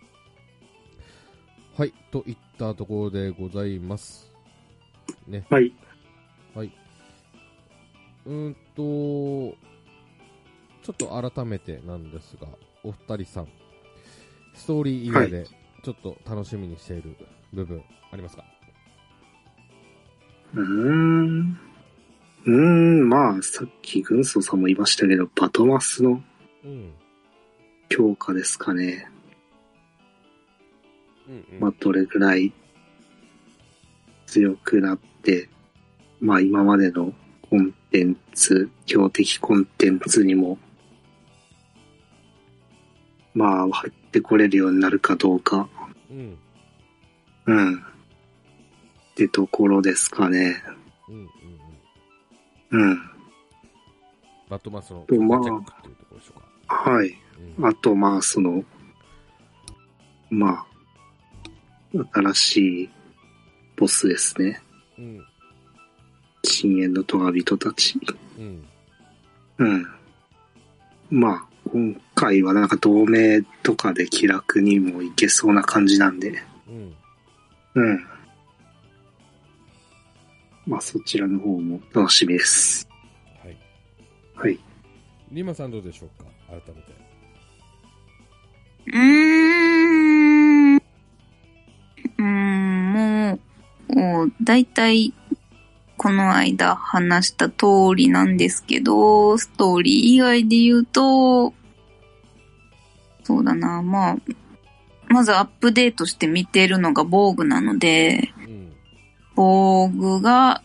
はい、といったところでございます。ね。 はい。 はい。うーんと、ちょっと改めてなんですが、お二人さん、ストーリー以外でちょっと楽しみにしている部分ありますか？ うーん。うーん、まあ、さっき軍曹さんも言いましたけど、バトマスの強化ですかね。 うんうん、 まあ、どれぐらい強くなって、まあ、今までのコンテンツ、強敵コンテンツにも、まあ、入ってこれるようになるかどうか。 うん。 うん。ってところですかね。 うんうんうん。 うん。 バトマスのチェックっていうところでしょうか。 はい。うん、あと、まあ、その、まあ、新しいボスですね。 うん。 深淵の咎人たち。 うん。 うん。まあ、今回はなんか同盟とかで気楽にもいけそうな感じなんで。うん。うん。まあ、そちらの方も楽しみです。 はい。 はい。 リマさんどうでしょうか、改めて。 うーん。うーん、もう、もうだいたいこの間話した通りなんですけど、ストーリー以外で言うと、そうだな、まあ、まずアップデートして見てるのが防具なので、うん、防具が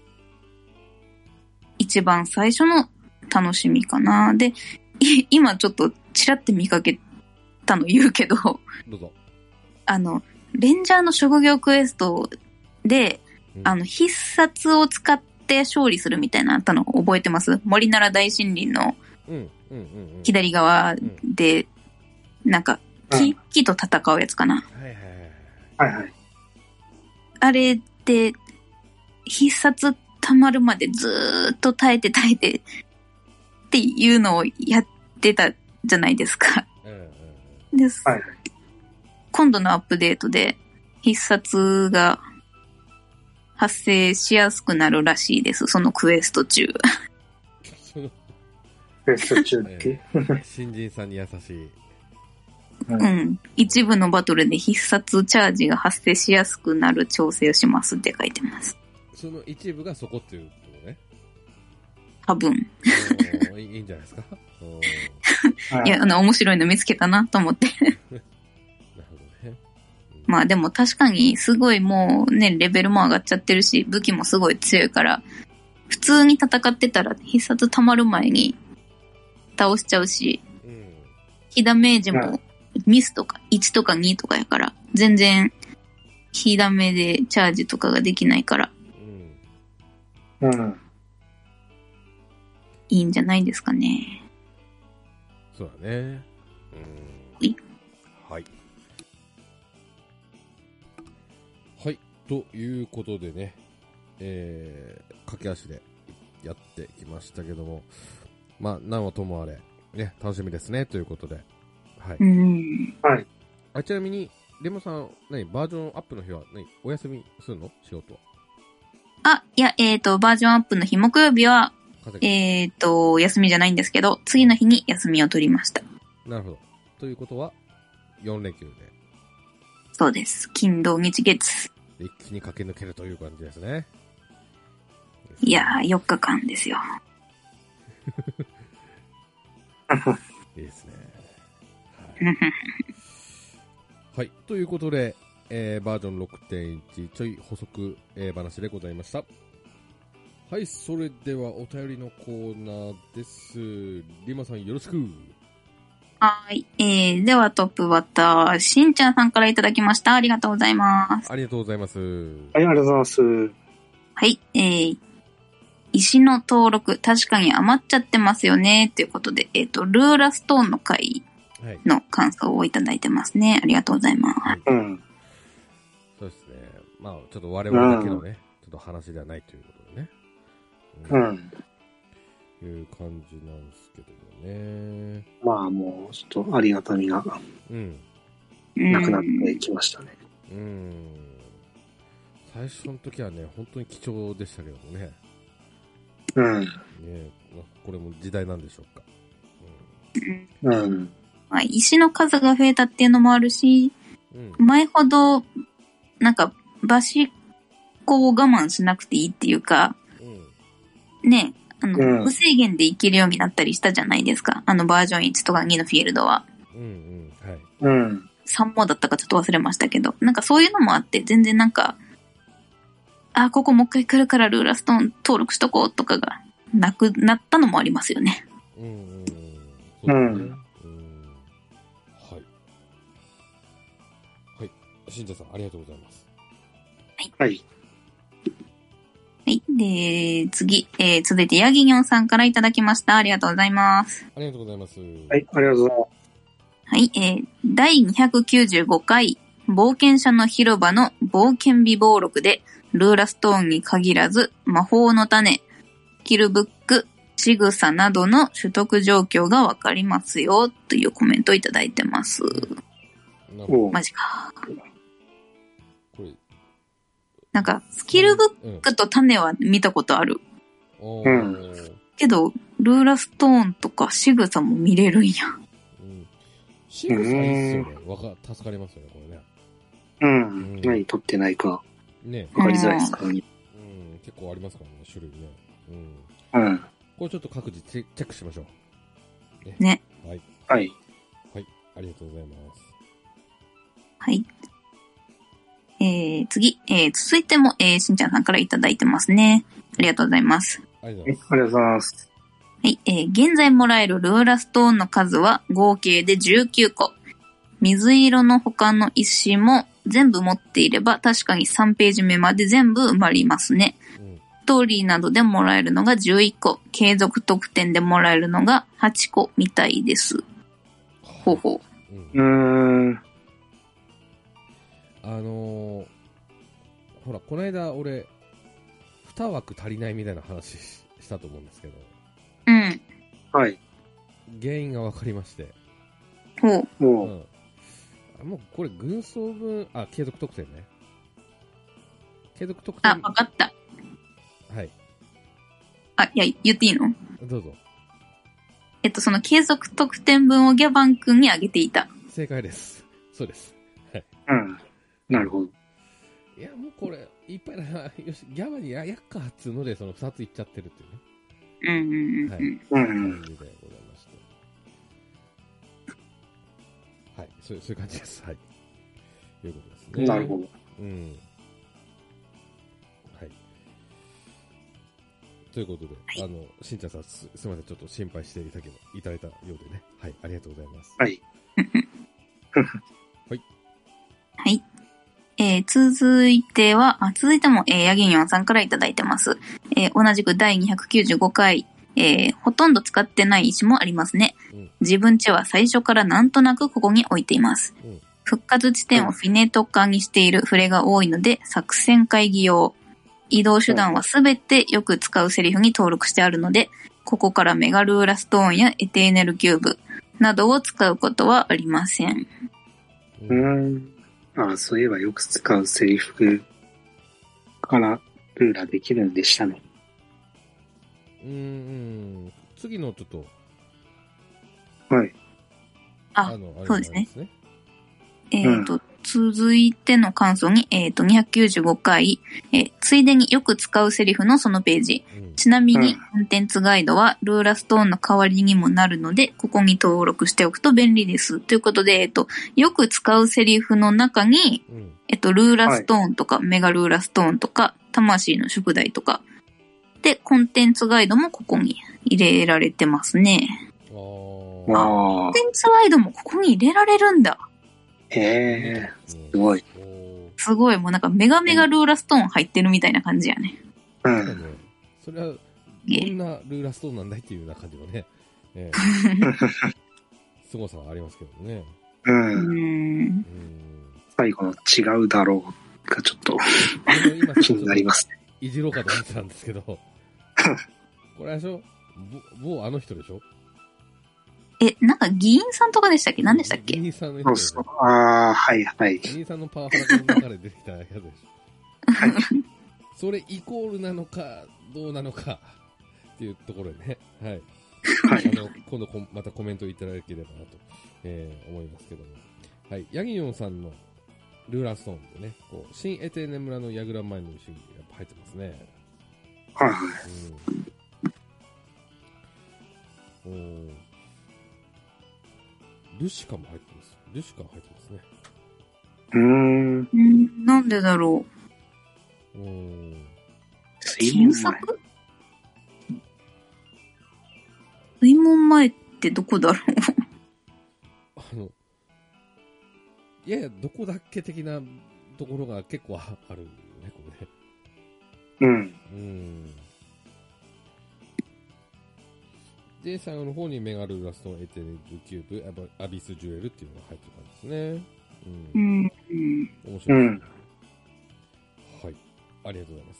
一番最初の楽しみかな。で、今ちょっとちらって見かけたの言うけど、 どうぞ。 あの、レンジャーの職業クエストで、うん、あの、必殺を使って勝利するみたいなあったの覚えてます？森奈良大森林の左側で、なんか、木、木と戦うやつかな。 はいはいはい。 あれって、必殺溜まるまでずーっと耐えて耐えてっていうのをやってたじゃないですか。です。はいはい、今度のアップデートで必殺が発生しやすくなるらしいです。そのクエスト中。 クエスト中って、 新人さんに優しい。 うん、うん。一部のバトルで必殺チャージが発生しやすくなる調整をしますって書いてます。 その一部がそこっていうことね。 多分。 いいんじゃないですか。 いや、あの、面白いの見つけたなと思って。なるほどね。うん、まあでも確かにすごいもうね、レベルも上がっちゃってるし、武器もすごい強いから、普通に戦ってたら必殺溜まる前に倒しちゃうし、うん、火ダメージもミスとかいちとかにとかやから、全然火ダメでチャージとかができないから、 うん。うん。 いいんじゃないですかね。 そうだね。うん。はい。はい。ということでね、えー、駆け足でやってきましたけども、まあ、何はともあれ、ね、楽しみですね、ということで。はい。 うん。 はい。 あ、ちなみに、レモさん、何、バージョンアップの日は、何、お休みするの？仕事は。 あ、いや、えっと、バージョンアップの日、木曜日は、えっと、休みじゃないんですけど、次の日に休みを取りました。 なるほど。ということは、よん連休で。 そうです。金土日月。 一気に駆け抜けるという感じですね。 いやー、よっかかんですよ。 いいですね。はい。はい。ということで、えー、バージョン ろくてんいち ちょい補足、えー、話でございました。はい、それではお便りのコーナーです。リマさんよろしく。 はい。えー、ではトップバッター、しんちゃんさんからいただきました。ありがとうございます。 ありがとうございます。はい、 ありがとうございます。 はい、えー、石の登録、確かに余っちゃってますよね。ということで、えっと、ルーラストーンの回の感想をいただいてますね。はい、ありがとうございます。 うん。 そうですね。まあ、ちょっと我々だけのね、うん、ちょっと話ではないということでね。 うん。 いう感じなんですけどもね。 まあもうちょっとありがたみがなくなっていきましたね。 うん。うん最初の時はね本当に貴重でしたけどもね。 うん。 ねこれも時代なんでしょうか。 うん。うん。 まあ、石の数が増えたっていうのもあるし、うん、前ほどなんかバシコを我慢しなくていいっていうか。ね、あの、うん、無制限でいけるようになったりしたじゃないですか。あのバージョンいちとかにのフィールドは。 うんうん、はい。 うん。 さんもだったかちょっと忘れましたけど、なんかそういうのもあって、全然なんか、あ、ここもう一回来るからルーラストーン登録しとこうとかがなくなったのもありますよね。 うんうんうん。そうですね。 うん。はい。はい。しんちゃんさん、ありがとうございます。 はい。 はい。 はい。で、次、えー、続いて、ヤギニョンさんからいただきました。ありがとうございます。 ありがとうございます。はい、 ありがとうございます。 はい、えー、だいにひゃくきゅうじゅうごかい、冒険者の広場の冒険日登録で、ルーラストーンに限らず、魔法の種、スキルブック、仕草などの取得状況がわかりますよ、というコメントをいただいてます。マジか。 これなんか、スキルブックと種は見たことある。 うん。 けど、ルーラストーンとか仕草も見れるんや。 うん。仕草いいっすよね。わか、助かりますよね、これね。 うん。うん、何取ってないか。 ね。 わかりづらいですからね。 うん。結構ありますからね、種類ね。 うん。うん。 これちょっと各自チェックしましょう。 ね。ねはい。 はい。 はい。ありがとうございます。 はい。えー、次、えー、続いても、えー、しんちゃんさんからいただいてますね。ありがとうございます。 ありがとうございます。 ありがとうございます。 はい、えー、現在もらえるルーラストーンの数は合計でじゅうきゅうこ。水色の他の石も全部持っていれば確かにさんページ目まで全部埋まりますね。うん、ストーリーなどでもらえるのがじゅういっこ。継続特典でもらえるのがはちこみたいです。ほうほう。うーん。 あのー、ほら、この間俺、に枠足りないみたいな話したと思うんですけど。 うん。 はい。 原因が分かりまして。 ほう。 もう。うん、もうこれ軍曹分、あ、継続特典ね。継続特典。 あ、分かった。 はい。 あ、いや、言っていいの？ どうぞ。 えっと、その継続特典分をギャバン君にあげていた。 正解です。そうです。はい。 うん。なるほど。 いや、もうこれ、いっぱいだな。よし、ギャバにややっかっつうので、そのふたついっちゃってるっていうね。 うんうんうん。 はい。 うん感じでございまして。はい。そういう、そういう感じです。はい。ということですね。 なるほど。 うん。はい。ということで、はい、あの、しんちゃんさんす、すみません。ちょっと心配していただけいただいたようでね。はい。ありがとうございます。 はい。 はい。 はい。えー、続いては、あ続いても、えー、ヤギンヨンさんからいただいてます。えー、同じくだいにひゃくきゅうじゅうごかい、えー、ほとんど使ってない石もありますね。うん、自分家は最初からなんとなくここに置いています。うん、復活地点をフィネト化にしている触れが多いので、作戦会議用。移動手段はすべてよく使うセリフに登録してあるので、ここからメガルーラストーンやエテーネルキューブなどを使うことはありません。 うーん。ああ、そういえばよく使うセリフからルーラーできるんでしたね。 うーん。次のちょっと。 はい。 あ、あのあそうですね。えっ、ー、と、うん、続いての感想に、えっ、ー、と、にひゃくきゅうじゅうごかい、えー、ついでによく使うセリフのそのページ。うん、ちなみに、コンテンツガイドはルーラストーンの代わりにもなるので、ここに登録しておくと便利です。ということで、えっ、ー、と、よく使うセリフの中に、うん、えっ、ー、と、ルーラストーンとか、はい、メガルーラストーンとか、魂の宿題とか、で、コンテンツガイドもここに入れられてますね。あ、コンテンツガイドもここに入れられるんだ。 へえ、すごい。 すごい、もうなんかメガメガルーラストーン入ってるみたいな感じやね。 うん。それは、どんなルーラストーンなんだいっていうような感じのね、えー、凄さはありますけどね。 うん。うん最後の違うだろうがちょっと気になりますね。 いじろうかと思ってたんですけど、これあれでしょ某あの人でしょえ、なんか議員さんとかでしたっけ何でしたっけ議員さんの人でしょああ、はいはい。 議員さんのパワハラの中で出てきたやつでしょはい。それイコールなのか、どうなのかっていうところでね。はい。はい。あの、今度こまたコメントいただければなと、えー、思いますけども。はい。ヤギヨンさんのルーラーストーンってね、こう、新エテーネ村のヤグラ前の石にやっぱ入ってますね。 はいはい。 うん。おルシカも入ってます。ルシカ入ってますね。 うーん。 なんでだろう。うーん。金作？水門前ってどこだろうあの、いやいや、どこだっけ的なところが結構あるよね、これ。うん。 うん。で、最後の方にメガルーラストンエテルキューブ、アビスジュエルっていうのが入ってる感じですね。うん。うん。面白いです、ね。うん。はい。ありがとうございます。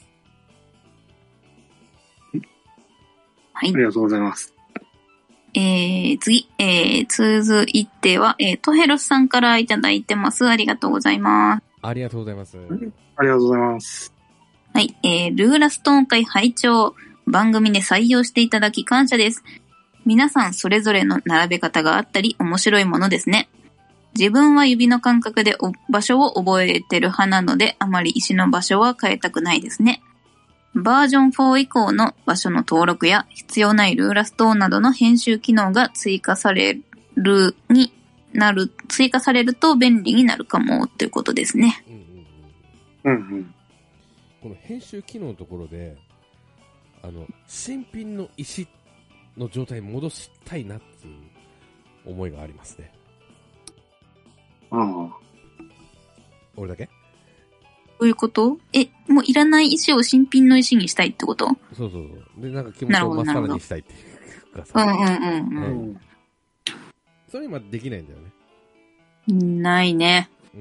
はい。 ありがとうございます。 えー、次、えー、続いては、えー、トヘロスさんからいただいてます。ありがとうございます。 ありがとうございます。 ありがとうございます。 はい。えー、ルーラストーン会拝聴番組で採用していただき感謝です。皆さんそれぞれの並べ方があったり面白いものですね。自分は指の感覚で場所を覚えてる派なのであまり石の場所は変えたくないですね。バージョンフォー以降の場所の登録や必要ないルーラストーンなどの編集機能が追加されるになる、追加されると便利になるかもということですね。 うんうん。うんうん。 この編集機能のところで、あの、新品の石の状態に戻したいなっていう思いがありますね。 ああ。 俺だけ？ どういうこと？え、もういらない石を新品の石にしたいってこと？ そうそうそう。で、なんか気持ちをまっさらにしたいっていうかさ。 うんうんうんうん。 それ今できないんだよね。ないね。 うん。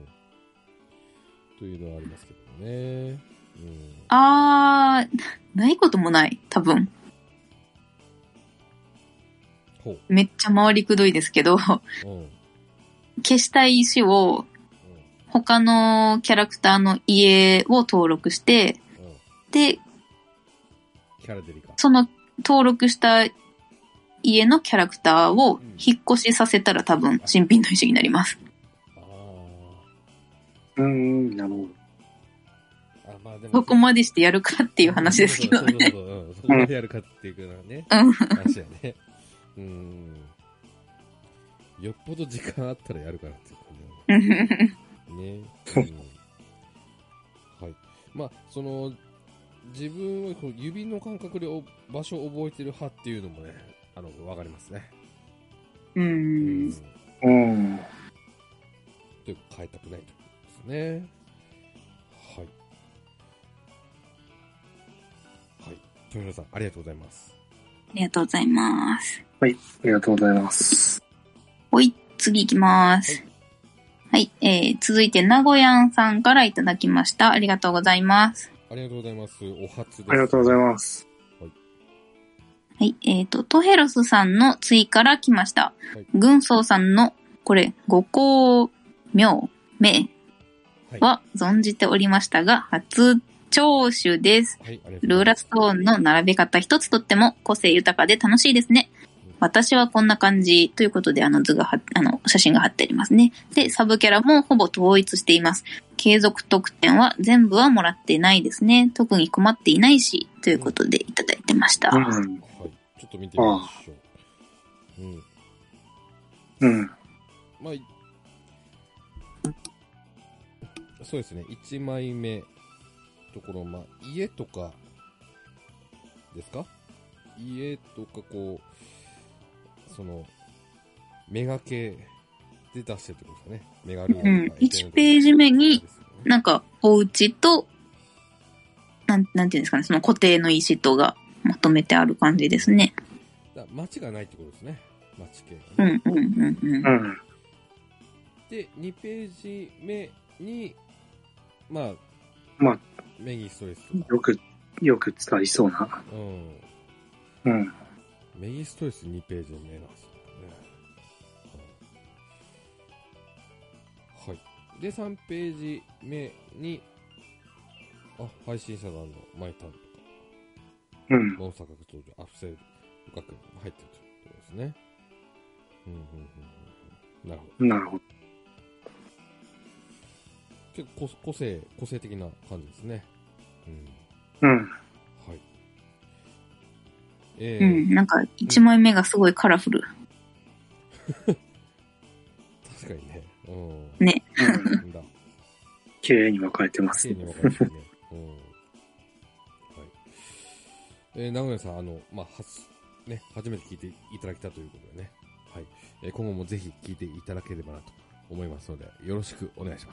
というのはありますけどね。うん。 あー、ないこともない。多分。 ほう。 めっちゃ回りくどいですけど、うん、消したい石を、他のキャラクターの家を登録して、うん、で、 キャラデリか。 その登録した家のキャラクターを引っ越しさせたら多分新品の石になります。 ああ。うーん、なるほど。 あ、まあでも。 どこまでしてやるかっていう話ですけどね。 そうそうそうそう、うん。そこまでやるかっていうのはね。うん。話だよね。うん。よっぽど時間あったらやるからっていう感じね。うん。はい。まあ、その、自分はこう指の感覚で場所を覚えてる派っていうのもね、あの、わかりますね。 うん。 うん。 というか変えたくないということですね。はい。はい。豊原さん、ありがとうございます。 ありがとうございます。 はい、ありがとうございます。 ほい、次行きます。はい、はい、えー、続いて、名古屋さんからいただきました。ありがとうございます。 ありがとうございます。お初です。 ありがとうございます。 はい。 はい、えっ、ー、と、トヘロスさんの追から来ました。はい、軍曹さんの、これ、ご公明名は存じておりましたが、はい、初聴取です。はい、ルーラストーンの並べ方一つとっても個性豊かで楽しいですね。私はこんな感じということで、あの図がは、あの、写真が貼ってありますね。で、サブキャラもほぼ統一しています。継続得点は全部はもらってないですね。特に困っていないし、ということでいただいてました。うん。はい。 ちょっと見てみましょう。 うん。うん。 まあ、そうですね。いちまいめところ、まあ、家とか、ですか？家とかこう、その、メガ系で出してるってことですかね。メガルーム、 うん。いちページ目に、なんか、お家と、なん、なんていうんですかね、その固定の石とがまとめてある感じですね。 だ街がないってことですね。街系がね。うんうんうんうん。うん、 で、にページ目に、まあ、 まあ、 メギストレスとか。 よく、よく使いそうな。うん。うん。 メギストレスにページの目なんですよね。はい。で、さんページ目に、あ、配信者側のマイタウンとか、 うん。 モンスター格闘場、アフセル学園が入ってるということですね。うん、うん、うん。なるほど。 なるほど。 結構個性、個性的な感じですね。 うん。うん。 はい。 えー、うん、なんかいちまいめがすごいカラフル。 確かにね。うん。 ね。 うん、だ。綺麗に分かれてますね。綺麗に分かれてるね。うん。はい。えー、名古屋さん、あの、まあ、はね、初めて聞いていただけたということでね。はい。えー、今後もぜひ聞いていただければなと思いますので、よろしくお願いします。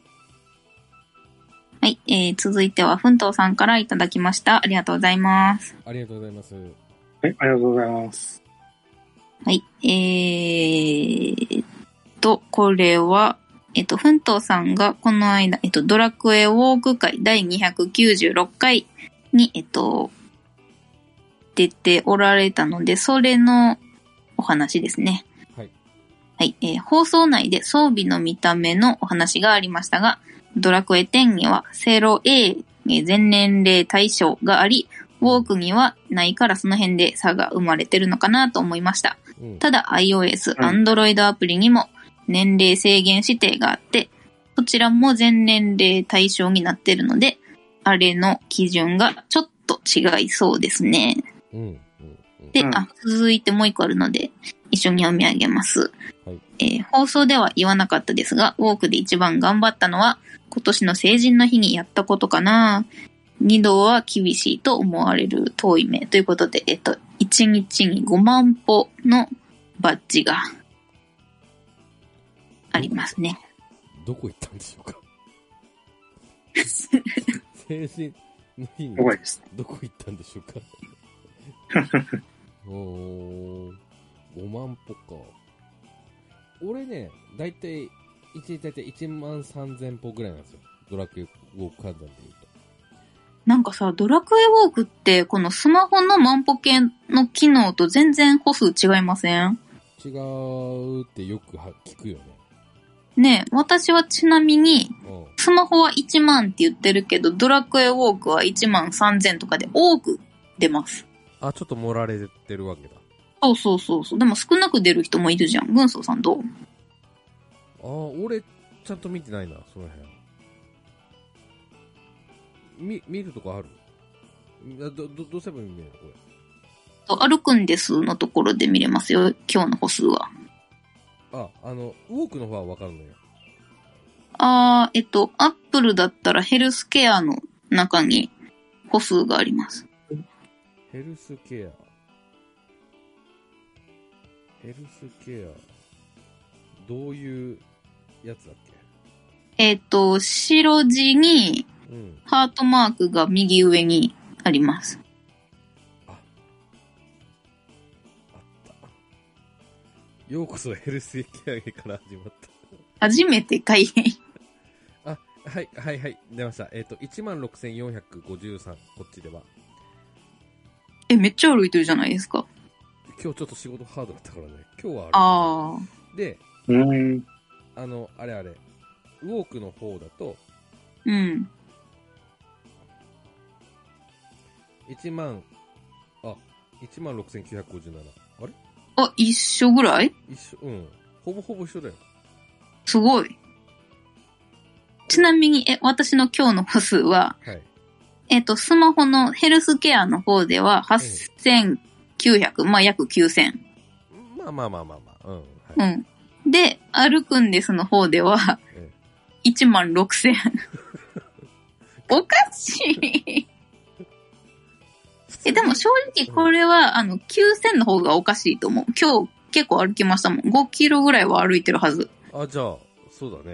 はい、えー、続いては、ふんとうさんからいただきました。ありがとうございます。 ありがとうございます。はい、 ありがとうございます。 はい、えーと、これは、えっと、ふんとうさんがこの間、えっと、ドラクエウォーク会だいにひゃくきゅうじゅうろっかいに、えっと、出ておられたので、それのお話ですね。 はい。 はい、えー、放送内で装備の見た目のお話がありましたが、ドラクエテンにはゼロエー全年齢対象があり、ウォークにはないからその辺で差が生まれてるのかなと思いました。うん、ただ iOS、Android アプリにも年齢制限指定があって、そちらも全年齢対象になってるので、あれの基準がちょっと違いそうですね。 うんうんうん、 で、あ、続いてもう一個あるので、一緒に読み上げます。はい、えー、放送では言わなかったですが、ウォークで一番頑張ったのは、今年の成人の日にやったことかな。二度は厳しいと思われる遠い目ということで、えっと、一日にごまん歩のバッジがありますね。 どこ行ったんでしょうか成人の日にどこ行ったんでしょうかおー、ごまん歩か。俺ね、だいたいいちにちだいたいいちまんさんぜん歩ぐらいなんですよ。ドラクエウォーク換算で言うと。 なんかさ、ドラクエウォークってこのスマホの万歩計の機能と全然歩数違いません？ 違うってよく聞くよね。 ねえ、私はちなみに、スマホはいちまんって言ってるけど、ドラクエウォークはいちまんさんぜんとかで多く出ます。 あ、ちょっと盛られてるわけだ。 そうそうそうそう。でも少なく出る人もいるじゃん。軍曹さんどう？ ああ、俺、ちゃんと見てないな、その辺。 み、見るとこある？ど、ど、どうすれば見れるのこれ。 歩くんですのところで見れますよ、今日の歩数は。 あ、あの、ウォークの方はわかるのよ。 あー、えっと、アップルだったらヘルスケアの中に歩数があります。 ヘルスケア。ヘルスケア。どういうやつだっけ？ えっと、白地に、ハートマークが右上にあります。 あ、あった。ようこそヘルスケアから始まった。 初めてかい。 あ、はい、はい、はい、出ました。えっと、いちまんろくせんよんひゃくごじゅうさん、こっちでは。 え、めっちゃ歩いてるじゃないですか。 今日ちょっと仕事ハードだったからね。今日は歩いてる。 ああ。で、 うん。 あの、あれあれ、ウォークの方だと、 うん。 いちまん、あ、いちまんろくせんきゅうひゃくごじゅうなな。あれ？ あ、一緒ぐらい？ 一緒、うん。ほぼほぼ一緒だよ。 すごい。ちなみに、え、私の今日の歩数は、はい、えっと、スマホのヘルスケアの方でははっせんきゅうひゃく、うん、まあ、約きゅうせん。 まあまあまあまあまあ。うん。 はい、うん。で、歩くんですの方では、いちまんろくせん。おかしい。え、でも正直これは、あの、きゅうせんの方がおかしいと思う。今日結構歩きましたもん。ごキロぐらいは歩いてるはず。 あ、じゃあ、そうだね。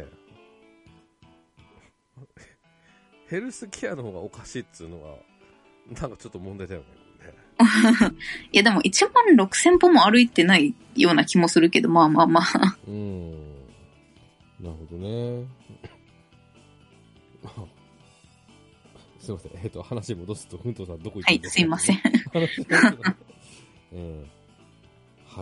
ヘルスケアの方がおかしいっつうのは、なんかちょっと問題だよね。 いやでもいちまんろくせん歩も歩いてないような気もするけど、まあまあまあ。 うん。なるほどね。すいません。えっと、話戻すと、ふんとうさんどこ行ってるんですか？ はい、すいません。 うん。はい。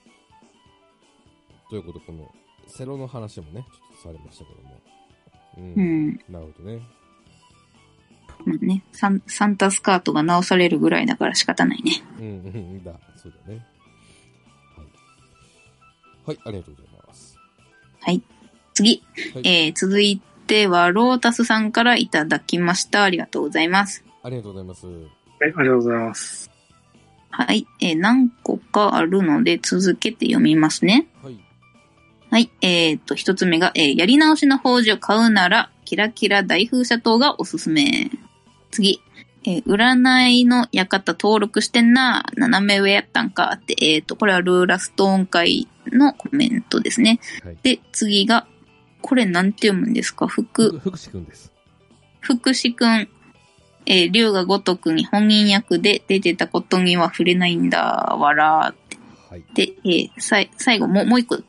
ということで、この、セロの話もね、ちょっとされましたけども。うん。うん、なるほどね。 まあね、サン、サンタスカートが直されるぐらいだから仕方ないね。 うん、うん、だ、そうだね。はい。はい、ありがとうございます。 はい。次。はい、えー、続いては、ロータスさんからいただきました。ありがとうございます。 ありがとうございます。はい、 ありがとうございます。 はい。えー、何個かあるので、続けて読みますね。はい。はい。えー、っと、一つ目が、えー、やり直しの宝珠買うなら、キラキラ大風車灯がおすすめ。次。えー、占いの館登録してんな。斜め上やったんかって、えー、っと、これはルーラストーン会のコメントですね。はい、で、次が、これなんて読むんですか？福、 福士くんです。 福士くん。えー、竜が如くに本人役で出てたことには触れないんだ、わらーって。はい、で、えー、さい、最後、もう、もう一個。はい。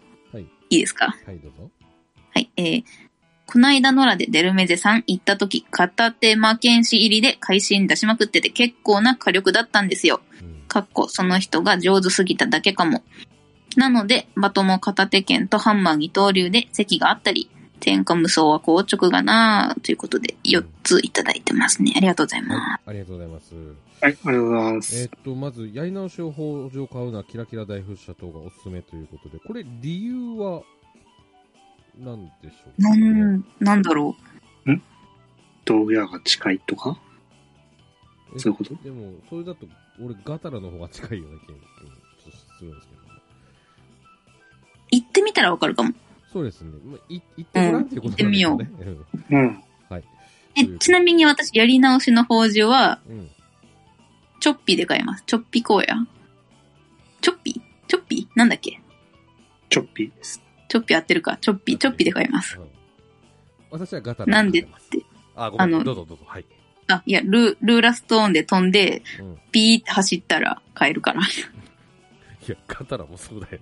いいですか？ はい、どうぞ。 はい、えー、こないだ野良でデルメゼさん行った時、片手魔剣士入りで会心出しまくってて結構な火力だったんですよ。うん、かっこ、その人が上手すぎただけかも。なので、バトも片手剣とハンマー二刀流で席があったり、天下無双は硬直がなぁということでよっついただいてますね。ありがとうございます。はい、 ありがとうございます。 はい、ありがとうございます。 えー、っと、まず、やり直しを法上買うなキラキラ大風車等がおすすめということで、これ理由は何でしょうか、ね、 なん、なんだろう。ん道具屋が近いとかそういうこと？ でも、それだと、俺、ガタラの方が近いような気がするんですけど、ね。 行ってみたらわかるかも。 そうですね。まあ、い行ってごらんっていうことなんですね。 うん、行ってみよう。うん。 はい。 え、ちなみに私、やり直しの宝珠は、うん、チョッピーで買います。チョッピ荒野。チョッピーチョッピーなんだっけ？ チョッピーです。 チョッピー合ってるか？チョッピー、チョッピーで買います。うん、 私はガタラなんでって。 あ、ごめん、あのどうぞどうぞ。はい。 あ、いや、ル、ルーラストーンで飛んで、うん、ピーって走ったら買えるから。いや、ガタラもそうだよ。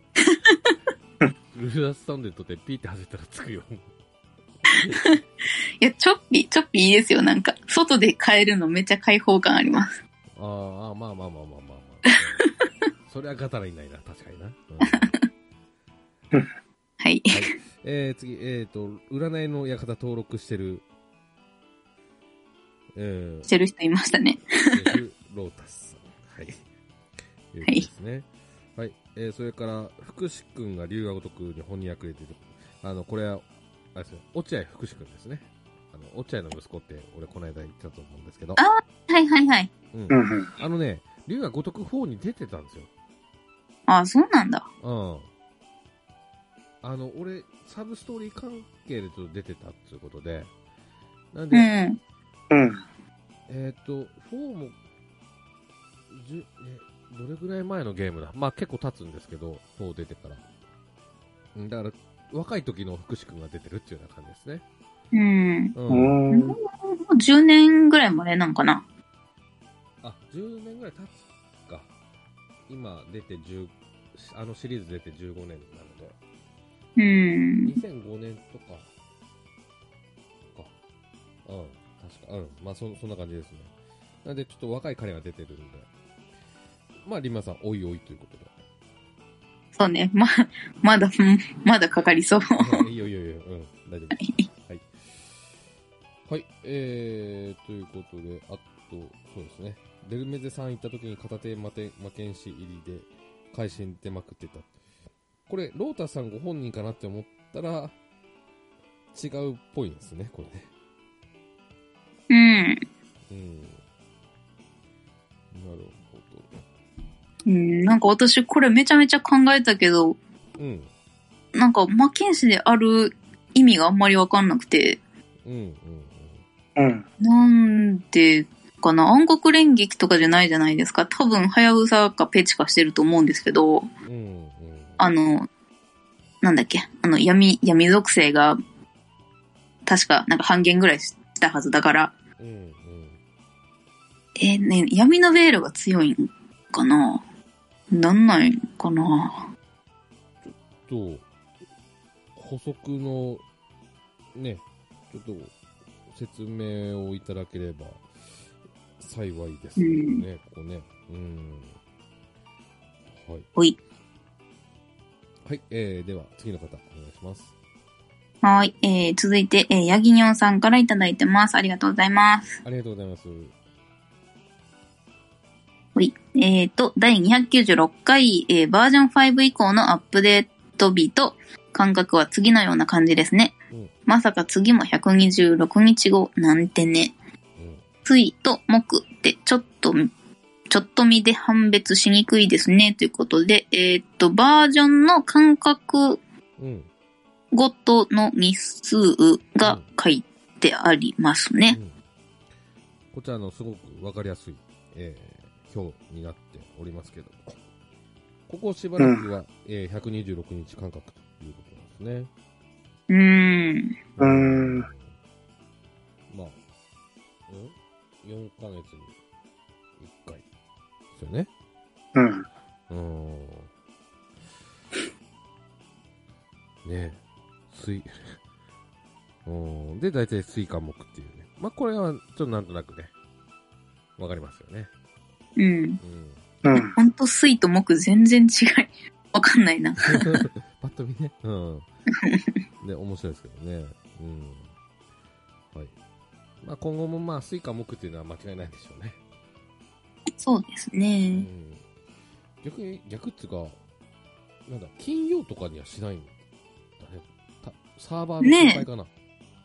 ルーラストーンで飛んでピーって走ったらつくよ。 いや、チョッピー、チョッピーいいですよ。なんか、外で買えるのめっちゃ開放感あります。 ああ、まあまあまあまあまあまあ。それはガタラいないな、確かにな。 うん、はい。はい。 えー、次、えっ、ー、と、占いの館登録してる、 えー、してる人いましたね。 ロータスさん。はい。いうことですね。はい。はい、えー、それから、福士くんが龍が如くに本人役で出てる。あの、これは、あれですね、落合福士くんですね。 あの、落合の息子って俺この間言ってたと思うんですけど。 ああ、はいはいはい。 うん。あのね、龍が如くフォーに出てたんですよ。 ああ、そうなんだ。 うん。あの、俺、サブストーリー関係でと出てたっていうことで。なんで、 うん。 えっ、ー、と、フォーも、じゅえ、どれぐらい前のゲームだ。まあ結構経つんですけど、フォー出てから。だから、若い時の福士くんが出てるっていうような感じですね。 うん。うん。もうじゅうねんぐらい前なんかな。 あ、じゅうねんぐらい経つか。今出てじゅう、あのシリーズ出てじゅうごねんなので。 うん。 にせんごねんとか。か。うん。確か。うん。まあそ、そんな感じですね。なんでちょっと若い彼が出てるんで。まあ、リンマさん、おいおいということで。 そうね。ま、まだ、まだかかりそう。 いいよいいよいいよ。うん。大丈夫。はい。はい。えー、ということで、あと、そうですね。デルメゼさん行った時に片手負け、負けんし入りで、会心出まくってた。これ、ロータスさんご本人かなって思ったら、違うっぽいんですね、これね。 うん。 うん。なるほど。 うん、なんか私これめちゃめちゃ考えたけど、 うん。 なんか魔剣士である意味があんまりわかんなくて。 うんうんうん。 なんでかな、暗黒連撃とかじゃないじゃないですか。多分、はやぶさかペチかしてると思うんですけど、 うんうん、 あの、なんだっけ、あの、闇、闇属性が、確か、なんか半減ぐらいしたはずだから。 うんうん、 えー、ね、闇のベールが強いんかな、なんないかな。 ちょっと、補足の、ね、ちょっと、説明をいただければ、幸いですね、うん、ここね。うん。はい。 おい。 はい、えー、では、次の方、お願いします。 はい、えー、続いて、えー、ヤギニョンさんからいただいてます。ありがとうございます。 ありがとうございます。 はい。えっ、ー、と、だいにひゃくきゅうじゅうろっかい、えー、バージョンファイブ以降のアップデート日と感覚は次のような感じですね。うん、まさか次もひゃくにじゅうろくにちごなんてね。うん、水と木ってちょっと、ちょっと見で判別しにくいですね。ということで、えっ、ー、と、バージョンの感覚ごとの日数が書いてありますね。うんうん、 こちらのすごくわかりやすい、えー、表になっておりますけど、ここしばらくは、うんえー、ひゃくにじゅうろくにち間隔ということなんですね。 うーん。 うーん。 まあ、うん ?よん ヶ月にいっかいですよね。 うん。 うーん。ねえ、水、うん。で、大体水火木っていうね。まあ、これはちょっとなんとなくね、わかりますよね。 うん。うん。ほんと水と木全然違い。わかんないな。 パッと見ね。うん。ね、面白いですけどね。うん。はい。まあ、今後もまあ、水火木っていうのは間違いないでしょうね。 そうですね。うん、 逆に、逆っていうか、なんだ、金曜とかにはしないんだね。サーバーの心配かな。ね、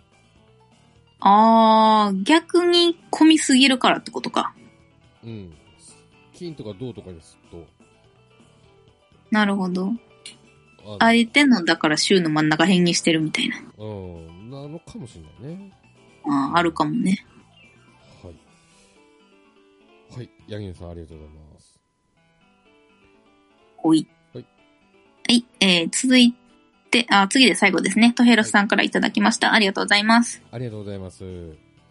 あー、逆に混みすぎるからってことか。 うん。金とか銅とかにすると。 なるほど。あえての、だから週の真ん中辺にしてるみたいな。 うん、なのかもしれないね。 ああ、あるかもね。 はい。はい、ヤギンさんありがとうございます。 ほい。 はい。 はい、えー、続いて、あ、次で最後ですね。トヘロスさんからいただきました。はい、ありがとうございます。 ありがとうございます。は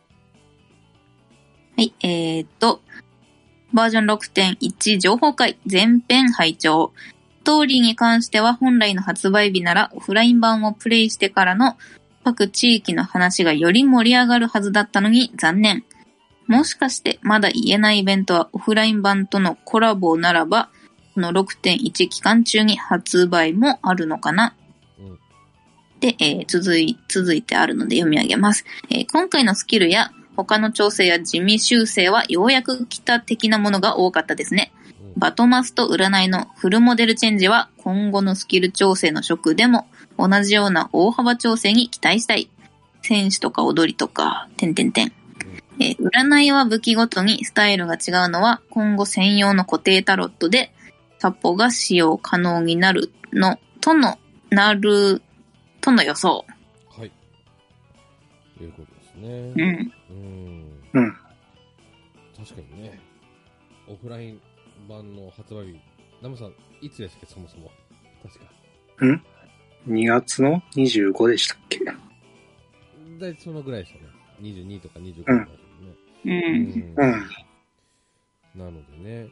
い、えーっと、バージョン ろくてんいち 情報会全編拝聴。ストーリーに関しては本来の発売日ならオフライン版をプレイしてからの各地域の話がより盛り上がるはずだったのに残念。もしかしてまだ言えないイベントはオフライン版とのコラボならば、この ろくてんいち 期間中に発売もあるのかな、うん、で、えー、続い、続いてあるので読み上げます。えー、今回のスキルや他の調整や地味修正はようやく来た的なものが多かったですね。バトマスと占いのフルモデルチェンジは今後のスキル調整の職でも同じような大幅調整に期待したい。 戦士とか踊りとか、てんてんてん。えー、占いは武器ごとにスタイルが違うのは今後専用の固定タロットでサポが使用可能になるのとのなるとの予想。 はい。ということですね。 うん。 うん。うん。 確かにね。オフライン版の発売日、ナムさんいつでしたっけそもそも。確か。 ん？ に 月のにじゅうごでしたっけ？ だいたいそのぐらいでしたね。にじゅうにとかにじゅうごとか、ね。 うん。うん。 うん。 なのでね。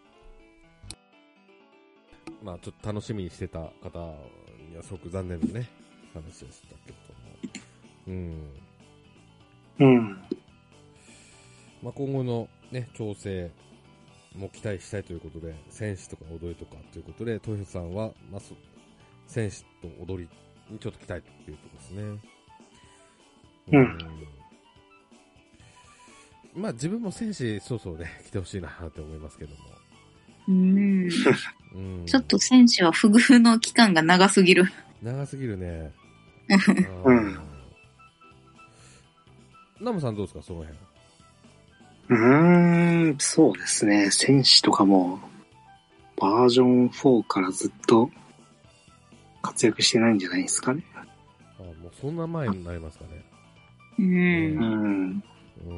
まあちょっと楽しみにしてた方にはすごく残念なね、話でしたけども。うん。 うん。 まあ今後のね、調整も期待したいということで、戦士とか踊りとかということで、トヨさんは、まあ、戦士と踊りにちょっと期待ということですね。 うん。うんまあ自分も戦士そうそうね、来てほしいなって思いますけども。 うーん。うん、ちょっと戦士は不遇の期間が長すぎる。 長すぎるね。 うん。 ナムさんどうですか、その辺。 うーん、そうですね。戦士とかも、バージョンフォーからずっと活躍してないんじゃないですかね。 ああ、もうそんな前になりますかね。 うん。 うん。 うん。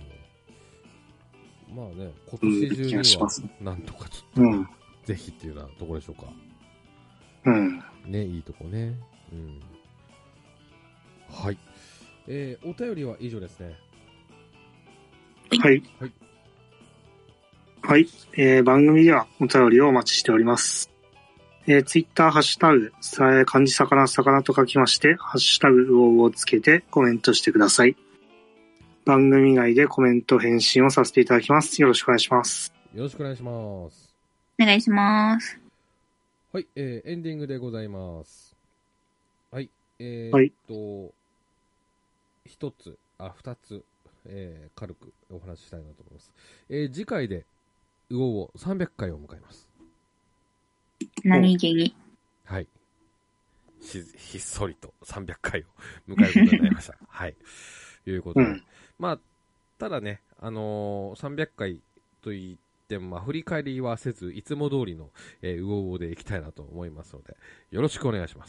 まあね、今年中には、なんとかちょっと、うん、ぜひっていうようなところでしょうか。 うん。 ね、いいとこね。うん。はい。えー、お便りは以上ですね。 はい。はい。はい。えー、番組ではお便りをお待ちしております。えー、ツイッター、ハッシュタグ、漢字魚、魚と書きまして、ハッシュタグ、ウオウをつけてコメントしてください。番組内でコメント返信をさせていただきます。よろしくお願いします。 よろしくお願いします。 お願いします。 はい、えー、エンディングでございます。はい、えー、 はい、 っと、一つ、あ、二つ、えー、軽くお話ししたいなと思います。えー、次回で、ウオウオさんびゃっかいを迎えます。 何気に。 はい。ひ、ひっそりとさんびゃっかいを迎えることになりました。はい。ということで。うん、まあ、ただね、あのー、さんびゃっかいと言っても、まあ、振り返りはせず、いつも通りの、えー、ウオウオでいきたいなと思いますので、よろしくお願いします。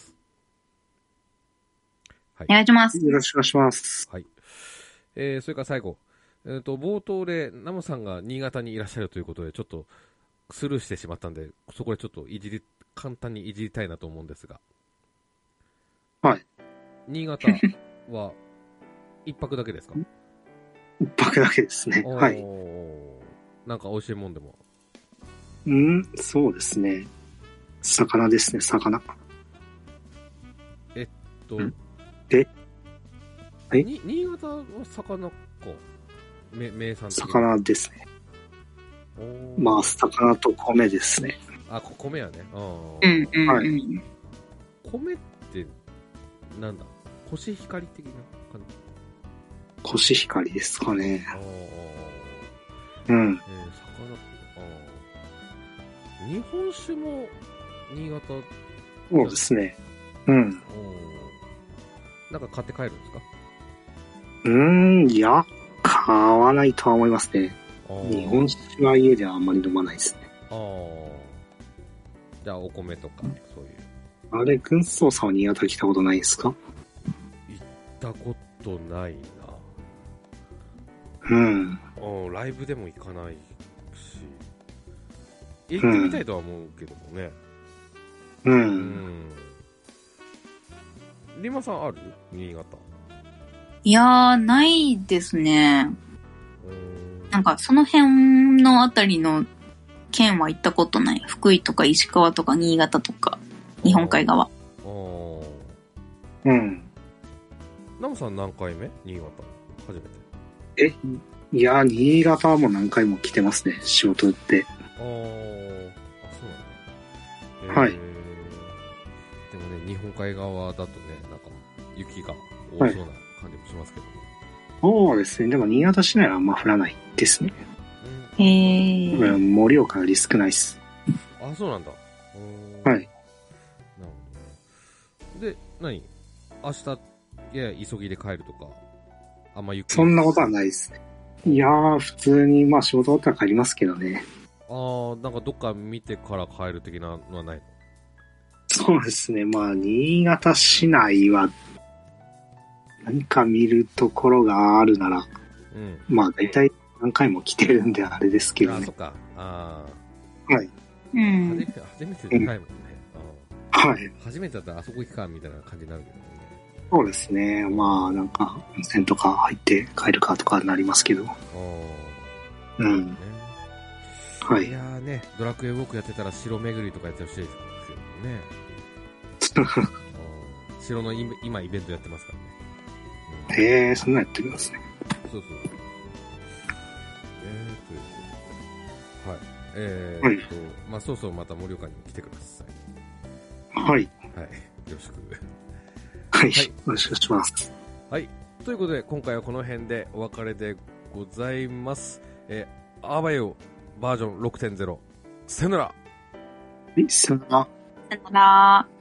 はい。お願いします。 よろしくお願いします。 はい。えー、それから最後、えっと、冒頭で、ナムさんが新潟にいらっしゃるということで、ちょっと、スルーしてしまったんで、そこでちょっといじり、簡単にいじりたいなと思うんですが。 はい。 新潟は、一泊だけですか？ 一泊だけですね。はい。 なんか美味しいもんでも。 うん、そうですね。魚ですね、魚。 えっと。 ええに、新潟は魚か。め、名産的な。 魚ですね。まあ、魚と米ですね。 あ、米やね。 うんうん、はい。 米って、なんだコシヒカリ的な感じ？ コシヒカリですかね。うん。えー、魚、 あ日本酒も、新潟そうですね。うん。 なんか買って帰るんですか？ うーん、いや、買わないとは思いますね。日本酒は家ではあんまり飲まないですね。 ああ。じゃあお米とか、そういう。 あれ、軍曹さんは新潟来たことないですか？ 行ったことないな。 うん。 ライブでも行かないし。行ってみたいとは思うけどもね。 うん。うんうんリマさんある？新潟。 いやー、ないですね。なんか、その辺のあたりの県は行ったことない。福井とか石川とか新潟とか、日本海側。 うん。 ナムさん何回目？新潟。初めて。えいや、新潟はもう何回も来てますね。仕事で。 ああ、そうなんだ。はい。 でもね、日本海側だとね、なんか雪が多そうな感じもしますけども、はい、そうですね。でも新潟市内はあんま降らないですね。 へえー。 盛岡より少ないっす。 あ、そうなんだ。 はい。なるほどね。で、何明日やや急ぎで帰るとか、あんまゆっくり。 そんなことはないですね。いやー、普通に、まあ仕事終わったら帰りますけどね。 あー、なんかどっか見てから帰る的なのはないの？ そうですね。まあ、新潟市内は、何か見るところがあるなら、うん、まあ、大体何回も来てるんであれですけどね。 あ、そっか。ああ。はい。 うん。 初めて、初めてでかいもんね。 うん、はい。 初めてだったらあそこ行くか、みたいな感じになるけどね。 そうですね。まあ、なんか、温泉とか入って帰るかとかになりますけど。うん。ね、はい。 いやーね、ドラクエウォークやってたら城巡りとかやってほしいですよね。城の今イベントやってますからね。 うん、へえー、そんなやってるんですね。 そうそう。えーということで。はい。えーと、はい、まあ、そうそうまた盛岡に来てください。 はい。はい。よろしく。 はい。はい、よろしくお願いします。 はい。ということで、今回はこの辺でお別れでございます。えー、アーバイオバージョン ろくてんゼロ。さよなら。 はい、さよなら。 さよなら。